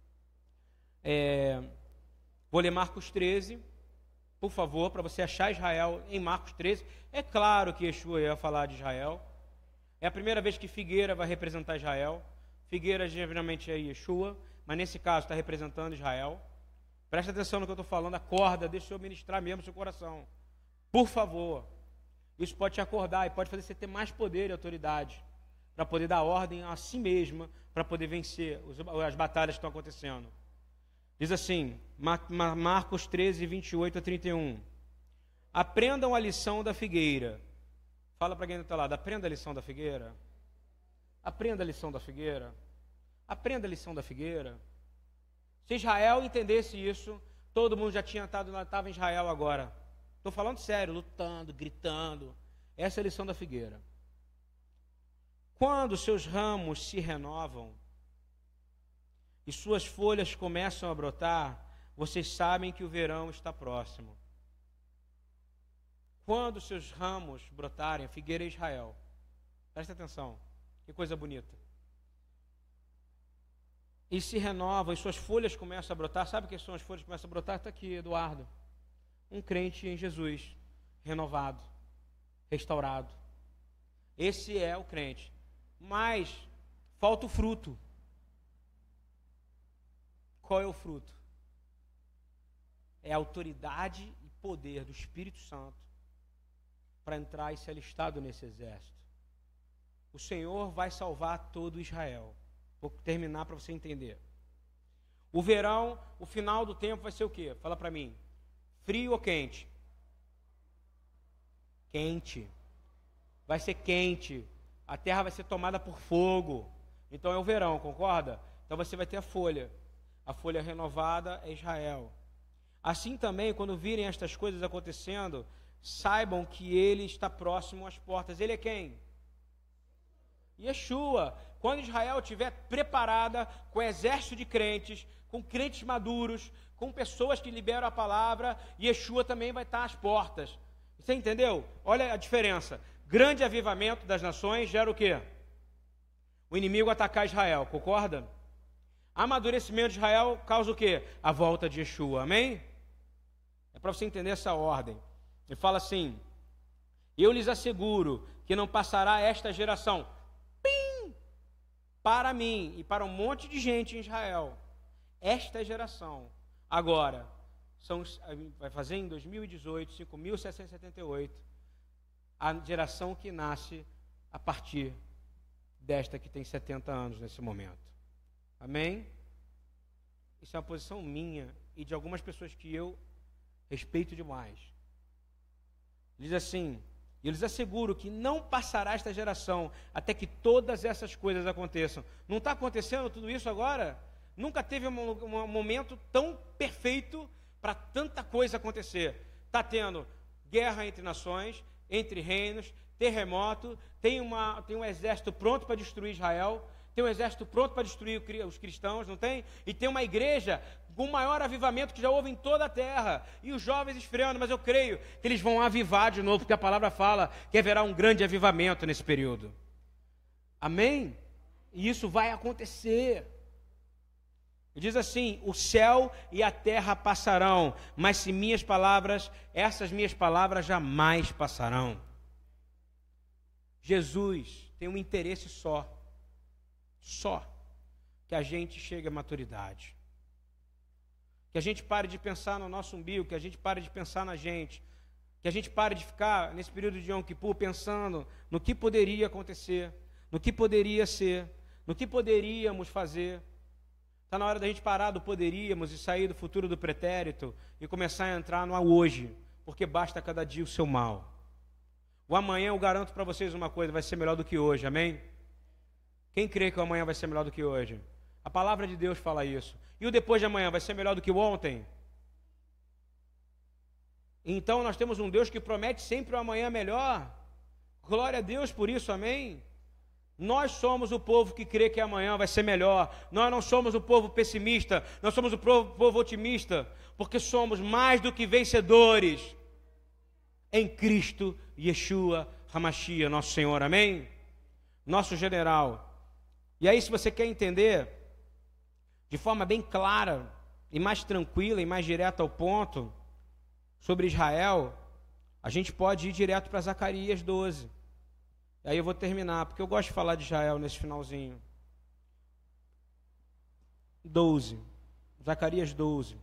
É, vou ler Marcos treze, por favor, para você achar Israel em Marcos treze. É claro que Yeshua ia falar de Israel. É a primeira vez que Figueira vai representar Israel. Figueira geralmente é Yeshua, mas nesse caso está representando Israel. Presta atenção no que eu estou falando, acorda, deixa eu ministrar mesmo o seu coração. Por favor. Isso pode te acordar e pode fazer você ter mais poder e autoridade para poder dar ordem a si mesma, para poder vencer as batalhas que estão acontecendo. Diz assim, Marcos treze, vinte e oito a trinta e um. Aprendam a lição da figueira. Fala para quem está lá, aprenda a lição da figueira. Aprenda a lição da figueira. Aprenda a lição da figueira. Se Israel entendesse isso, todo mundo já tinha estado, estava em Israel agora. Estou falando sério, lutando, gritando. Essa é a lição da figueira. Quando seus ramos se renovam e suas folhas começam a brotar, vocês sabem que o verão está próximo. quando seus ramos brotarem, a figueira é Israel. Presta atenção, que coisa bonita. E se renovam, e suas folhas começam a brotar. Sabe o que são as folhas que começam a brotar? Está aqui, Eduardo. Um crente em Jesus, renovado, restaurado. Esse é o crente. Mas falta o fruto. Qual é o fruto? É a autoridade e poder do Espírito Santo para entrar e ser alistado nesse exército. O Senhor vai salvar todo Israel. Vou terminar para você entender. O verão, o final do tempo vai ser o quê? Fala para mim. Frio ou quente? Quente. Vai ser quente. A terra vai ser tomada por fogo. Então é o verão, concorda? Então você vai ter a folha. A folha renovada é Israel. Assim também, quando virem estas coisas acontecendo, saibam que ele está próximo às portas. Ele é quem? Yeshua. Quando Israel estiver preparada com exército de crentes, com crentes maduros, com pessoas que liberam a palavra, Yeshua também vai estar às portas. Você entendeu? Olha a diferença. Grande avivamento das nações gera o quê? O inimigo atacar Israel, concorda? Amadurecimento de Israel causa o quê? A volta de Yeshua, amém? É para você entender essa ordem. Ele fala assim: eu lhes asseguro que não passará esta geração pim, para mim e para um monte de gente em Israel. Esta geração, agora, são, vai fazer em dois mil e dezoito, cinco mil setecentos e setenta e oito, a geração que nasce a partir desta que tem setenta anos nesse momento. Amém? Isso é uma posição minha e de algumas pessoas que eu respeito demais. Diz assim: eu lhes asseguro que não passará esta geração até que todas essas coisas aconteçam. Não está acontecendo tudo isso agora? Nunca teve um, um momento tão perfeito para tanta coisa acontecer. Está tendo guerra entre nações, entre reinos, terremoto, tem, uma, tem um exército pronto para destruir Israel, tem um exército pronto para destruir os cristãos, não tem? E tem uma igreja com o maior avivamento que já houve em toda a terra, e os jovens esfriando, mas eu creio que eles vão avivar de novo, porque a palavra fala que haverá um grande avivamento nesse período. Amém? E isso vai acontecer. E diz assim: o céu e a terra passarão, mas se minhas palavras, essas minhas palavras jamais passarão. Jesus tem um interesse só, só, que a gente chegue à maturidade. Que a gente pare de pensar no nosso umbigo, que a gente pare de pensar na gente, que a gente pare de ficar nesse período de Yom Kippur pensando no que poderia acontecer, no que poderia ser, no que poderíamos fazer. Está na hora da gente parar do poderíamos e sair do futuro do pretérito e começar a entrar no hoje, porque basta cada dia o seu mal. O amanhã, eu garanto para vocês uma coisa, vai ser melhor do que hoje, amém? Quem crê que o amanhã vai ser melhor do que hoje? A palavra de Deus fala isso. E o depois de amanhã vai ser melhor do que o ontem? Então nós temos um Deus que promete sempre o amanhã melhor. Glória a Deus por isso, amém? Nós somos o povo que crê que amanhã vai ser melhor. Nós não somos o povo pessimista, nós somos o povo, povo otimista, porque somos mais do que vencedores em Cristo Yeshua HaMashiach, nosso Senhor, amém? Nosso general. E aí, se você quer entender de forma bem clara e mais tranquila e mais direta ao ponto sobre Israel, a gente pode ir direto para Zacarias doze. E aí eu vou terminar, porque eu gosto de falar de Israel nesse finalzinho. doze. Zacarias doze.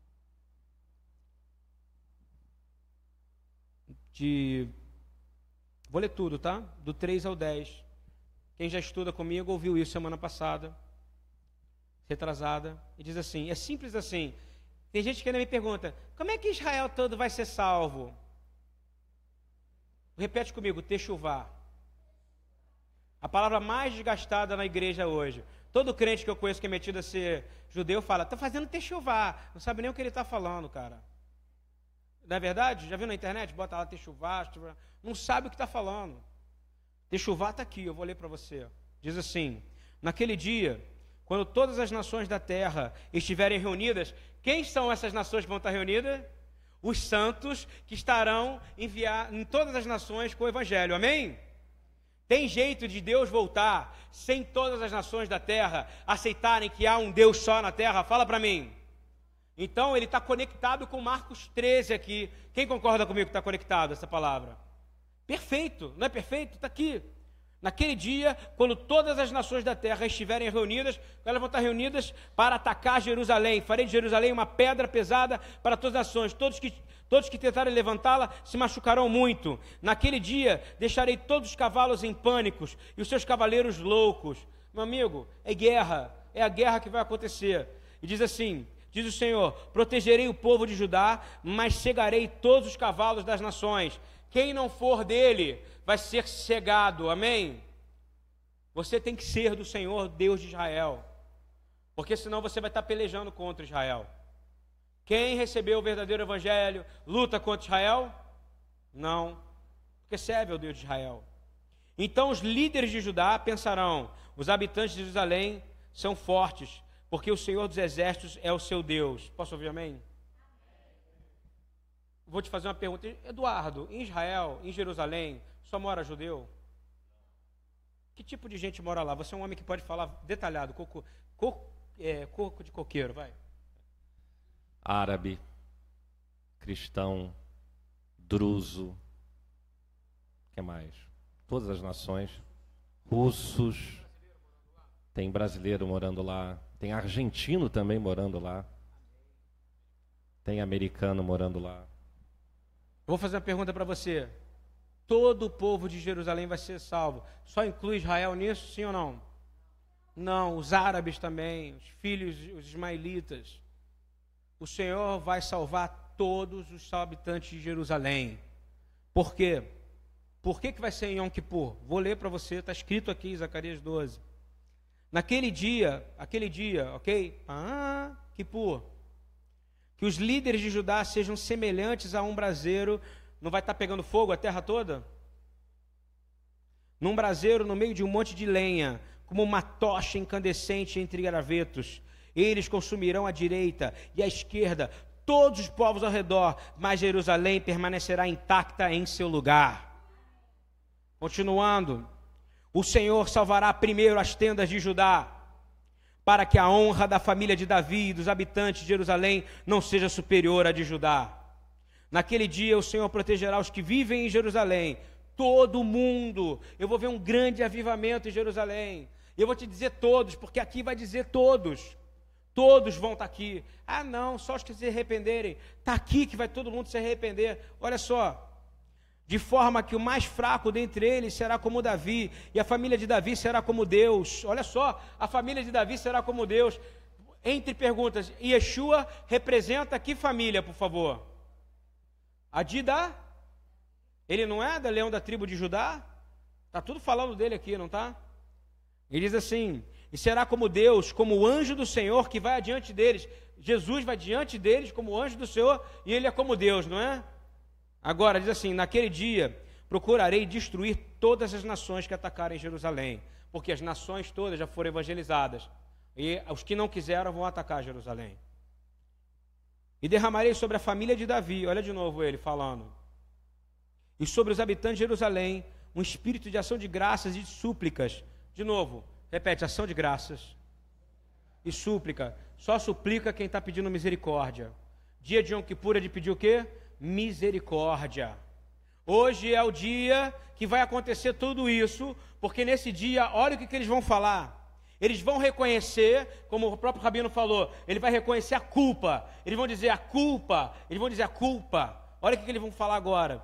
De... Vou ler tudo, tá? Do três ao dez. Quem já estuda comigo ouviu isso semana passada, retrasada, e diz assim, é simples assim. Tem gente que ainda me pergunta, como é que Israel todo vai ser salvo? Repete comigo, techuvá. A palavra mais desgastada na igreja hoje. Todo crente que eu conheço que é metido a ser judeu fala, está fazendo techuvá. Não sabe nem o que ele está falando, cara. Não é verdade? Já viu na internet? Bota lá techuvá, não sabe o que está falando. Techuvá está aqui, eu vou ler para você. Diz assim, naquele dia, quando todas as nações da terra estiverem reunidas, quem são essas nações que vão estar reunidas? os santos que estarão enviados em todas as nações com o evangelho. Amém? Tem jeito de Deus voltar sem todas as nações da terra aceitarem que há um Deus só na terra? Fala para mim. Então ele está conectado com Marcos treze aqui. Quem concorda comigo que está conectado essa palavra? Perfeito, não é perfeito? Está aqui. Naquele dia, quando todas as nações da terra estiverem reunidas, elas vão estar reunidas para atacar Jerusalém. Farei de Jerusalém uma pedra pesada para todas as nações. Todos que, todos que tentarem levantá-la se machucarão muito. Naquele dia, deixarei todos os cavalos em pânicos e os seus cavaleiros loucos. Meu amigo, é guerra, é a guerra que vai acontecer. E diz assim, diz o Senhor, protegerei o povo de Judá, mas cegarei todos os cavalos das nações. Quem não for dele vai ser cegado, amém? Você tem que ser do Senhor, Deus de Israel, porque senão você vai estar pelejando contra Israel. Quem recebeu o verdadeiro evangelho luta contra Israel? Não, porque serve ao Deus de Israel. Então os líderes de Judá pensarão, os habitantes de Jerusalém são fortes, porque o Senhor dos exércitos é o seu Deus. Posso ouvir amém? Vou te fazer uma pergunta. Eduardo, em Israel, em Jerusalém, só mora judeu? Que tipo de gente mora lá? Você é um homem que pode falar detalhado, coco, coco, é, coco de coqueiro, vai. Árabe, cristão, druso, o que mais? Todas as nações, russos, tem brasileiro morando lá, tem argentino também morando lá, tem americano morando lá. Eu vou fazer uma pergunta para você. Todo o povo de Jerusalém vai ser salvo. Só inclui Israel nisso, sim ou não? Não, os árabes também, os filhos, os ismaelitas. O Senhor vai salvar todos os habitantes de Jerusalém. Por quê? Por que que vai ser em Yom Kippur? Vou ler para você, está escrito aqui em Zacarias doze. Naquele dia, aquele dia, ok? Ah, Kippur. Que os líderes de Judá sejam semelhantes a um braseiro. Não vai estar pegando fogo a terra toda? Num braseiro no meio de um monte de lenha, como uma tocha incandescente entre gravetos. Eles consumirão à direita e à esquerda todos os povos ao redor, mas Jerusalém permanecerá intacta em seu lugar. Continuando, o Senhor salvará primeiro as tendas de Judá, para que a honra da família de Davi e dos habitantes de Jerusalém não seja superior à de Judá. Naquele dia o Senhor protegerá os que vivem em Jerusalém, todo mundo. Eu vou ver um grande avivamento em Jerusalém. Eu vou te dizer todos, porque aqui vai dizer todos. Todos vão estar aqui. Ah não, só os que se arrependerem. Está aqui que vai todo mundo se arrepender. Olha só. De forma que o mais fraco dentre eles será como Davi, e a família de Davi será como Deus. Olha só, a família de Davi será como Deus. Entre perguntas, Yeshua representa que família, por favor? A de Dá? Ele não é da leão da tribo de Judá? Está tudo falando dele aqui, não está? Ele diz assim, e será como Deus, como o anjo do Senhor que vai adiante deles. Jesus vai diante deles como o anjo do Senhor, e ele é como Deus, não é? Agora, diz assim, naquele dia, procurarei destruir todas as nações que atacarem Jerusalém, porque as nações todas já foram evangelizadas, e os que não quiseram vão atacar Jerusalém. E derramarei sobre a família de Davi, olha de novo ele falando, e sobre os habitantes de Jerusalém, um espírito de ação de graças e de súplicas. De novo, repete, ação de graças e súplica. Só suplica quem está pedindo misericórdia. Dia de Yom Kippur é de pedir o quê? Misericórdia. Hoje é o dia que vai acontecer tudo isso, porque nesse dia, olha o que, que eles vão falar. Eles vão reconhecer, como o próprio Rabino falou, ele vai reconhecer a culpa. Eles vão dizer a culpa, eles vão dizer a culpa. Olha o que, que eles vão falar agora.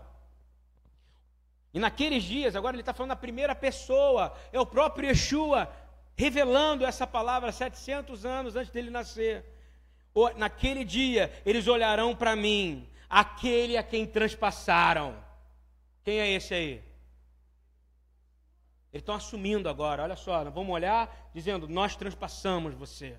E naqueles dias, agora ele está falando da primeira pessoa, é o próprio Yeshua revelando essa palavra setecentos anos antes dele nascer. Naquele dia, eles olharão para mim, aquele a quem transpassaram. Quem é esse aí? Eles estão assumindo agora, olha só, vamos olhar, dizendo, nós transpassamos você.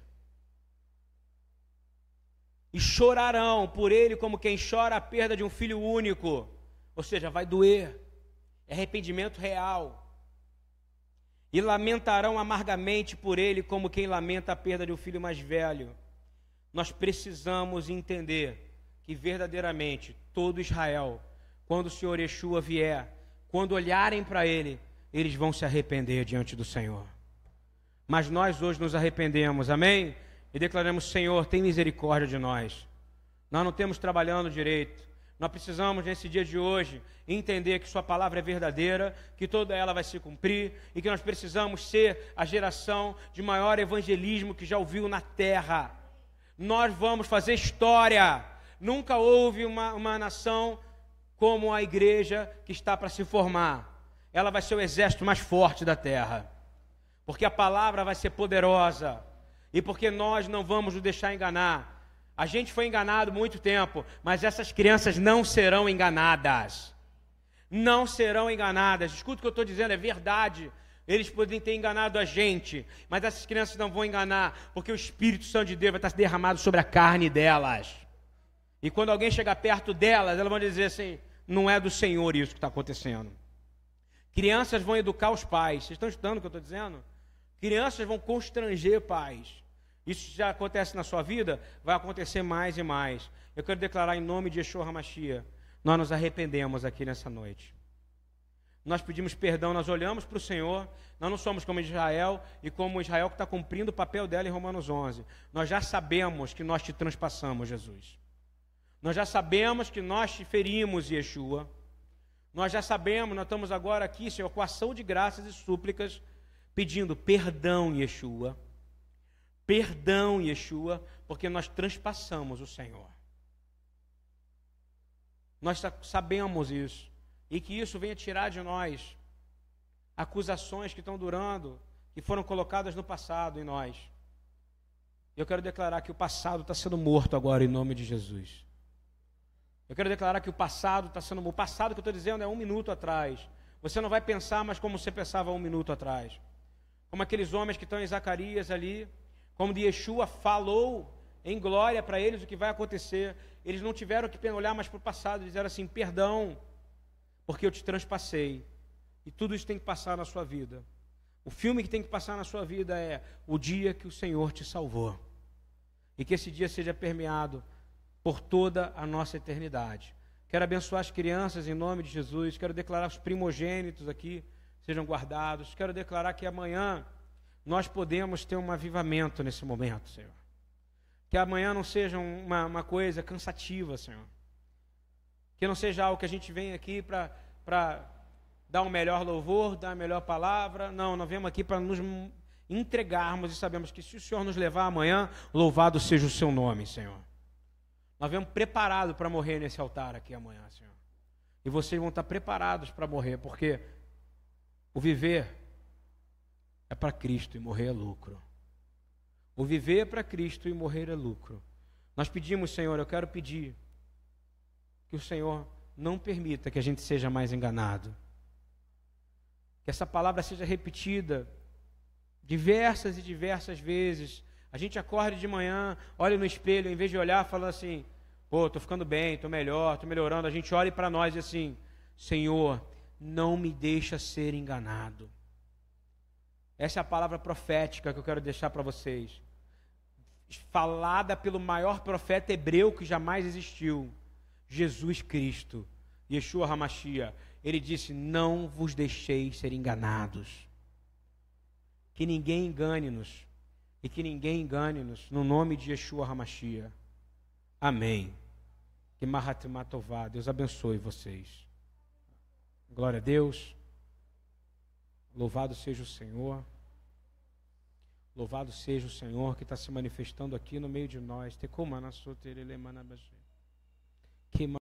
E chorarão por ele como quem chora a perda de um filho único. Ou seja, vai doer. É arrependimento real. E lamentarão amargamente por ele como quem lamenta a perda de um filho mais velho. Nós precisamos entender que verdadeiramente todo Israel, quando o Senhor Yeshua vier, quando olharem para Ele, eles vão se arrepender diante do Senhor. Mas nós hoje nos arrependemos, amém? E declaramos: Senhor, tem misericórdia de nós. Nós não temos trabalhando direito. Nós precisamos, nesse dia de hoje, entender que Sua palavra é verdadeira, que toda ela vai se cumprir, e que nós precisamos ser a geração de maior evangelismo que já ouviu na terra. Nós vamos fazer história. Nunca houve uma, uma nação como a igreja que está para se formar. Ela vai ser o exército mais forte da terra, porque a palavra vai ser poderosa, e porque nós não vamos nos deixar enganar. A gente foi enganado muito tempo, mas essas crianças não serão enganadas. Não serão enganadas. Escuta o que eu estou dizendo, é verdade. Eles podem ter enganado a gente, mas essas crianças não vão enganar, porque o Espírito Santo de Deus vai estar derramado sobre a carne delas. E quando alguém chegar perto delas, elas vão dizer assim: não é do Senhor isso que está acontecendo. Crianças vão educar os pais. Vocês estão escutando o que eu estou dizendo? Crianças vão constranger pais. Isso já acontece na sua vida, vai acontecer mais e mais. Eu quero declarar em nome de Yeshua HaMashiach, nós nos arrependemos aqui nessa noite. Nós pedimos perdão, nós olhamos para o Senhor, nós não somos como Israel, e como Israel que está cumprindo o papel dela em Romanos onze. Nós já sabemos que nós te transpassamos, Jesus. Nós já sabemos que nós te ferimos, Yeshua. Nós já sabemos, nós estamos agora aqui, Senhor, com ação de graças e súplicas, pedindo perdão, Yeshua. Perdão, Yeshua, porque nós transpassamos o Senhor. Nós sabemos isso, e que isso venha tirar de nós acusações que estão durando, que foram colocadas no passado em nós. Eu quero declarar que o passado está sendo morto agora em nome de Jesus. Eu quero declarar que o passado está sendo morto. O passado que eu estou dizendo é um minuto atrás. Você não vai pensar mais como você pensava um minuto atrás. Como aqueles homens que estão em Zacarias ali, como Yeshua falou em glória para eles o que vai acontecer. Eles não tiveram que olhar mais para o passado e disseram assim: perdão, porque eu te transpassei. E tudo isso tem que passar na sua vida. O filme que tem que passar na sua vida é o dia que o Senhor te salvou. E que esse dia seja permeado por toda a nossa eternidade. Quero abençoar as crianças em nome de Jesus. Quero declarar os primogênitos aqui sejam guardados. Quero declarar que amanhã nós podemos ter um avivamento nesse momento, Senhor. Que amanhã não seja uma, uma coisa cansativa, Senhor. Que não seja algo que a gente vem aqui para dar um melhor louvor, dar a melhor palavra. Não, nós viemos aqui para nos entregarmos e sabemos que se o Senhor nos levar amanhã, louvado seja o seu nome, Senhor. Nós viemos preparados para morrer nesse altar aqui amanhã, Senhor. E vocês vão estar preparados para morrer, porque o viver é para Cristo e morrer é lucro. O viver é para Cristo e morrer é lucro. Nós pedimos, Senhor, eu quero pedir que o Senhor não permita que a gente seja mais enganado. Que essa palavra seja repetida diversas e diversas vezes. A gente acorde de manhã, olha no espelho, em vez de olhar falando assim: pô, estou ficando bem, estou melhor, estou melhorando. A gente olha para nós e assim: Senhor, não me deixa ser enganado. Essa é a palavra profética que eu quero deixar para vocês. Falada pelo maior profeta hebreu que jamais existiu, Jesus Cristo, Yeshua HaMashiach. Ele disse: não vos deixeis ser enganados. Que ninguém engane-nos. E que ninguém engane-nos, no nome de Yeshua HaMashiach. Amém. Que Mahatma Tová, Deus abençoe vocês. Glória a Deus. Louvado seja o Senhor. Louvado seja o Senhor que está se manifestando aqui no meio de nós.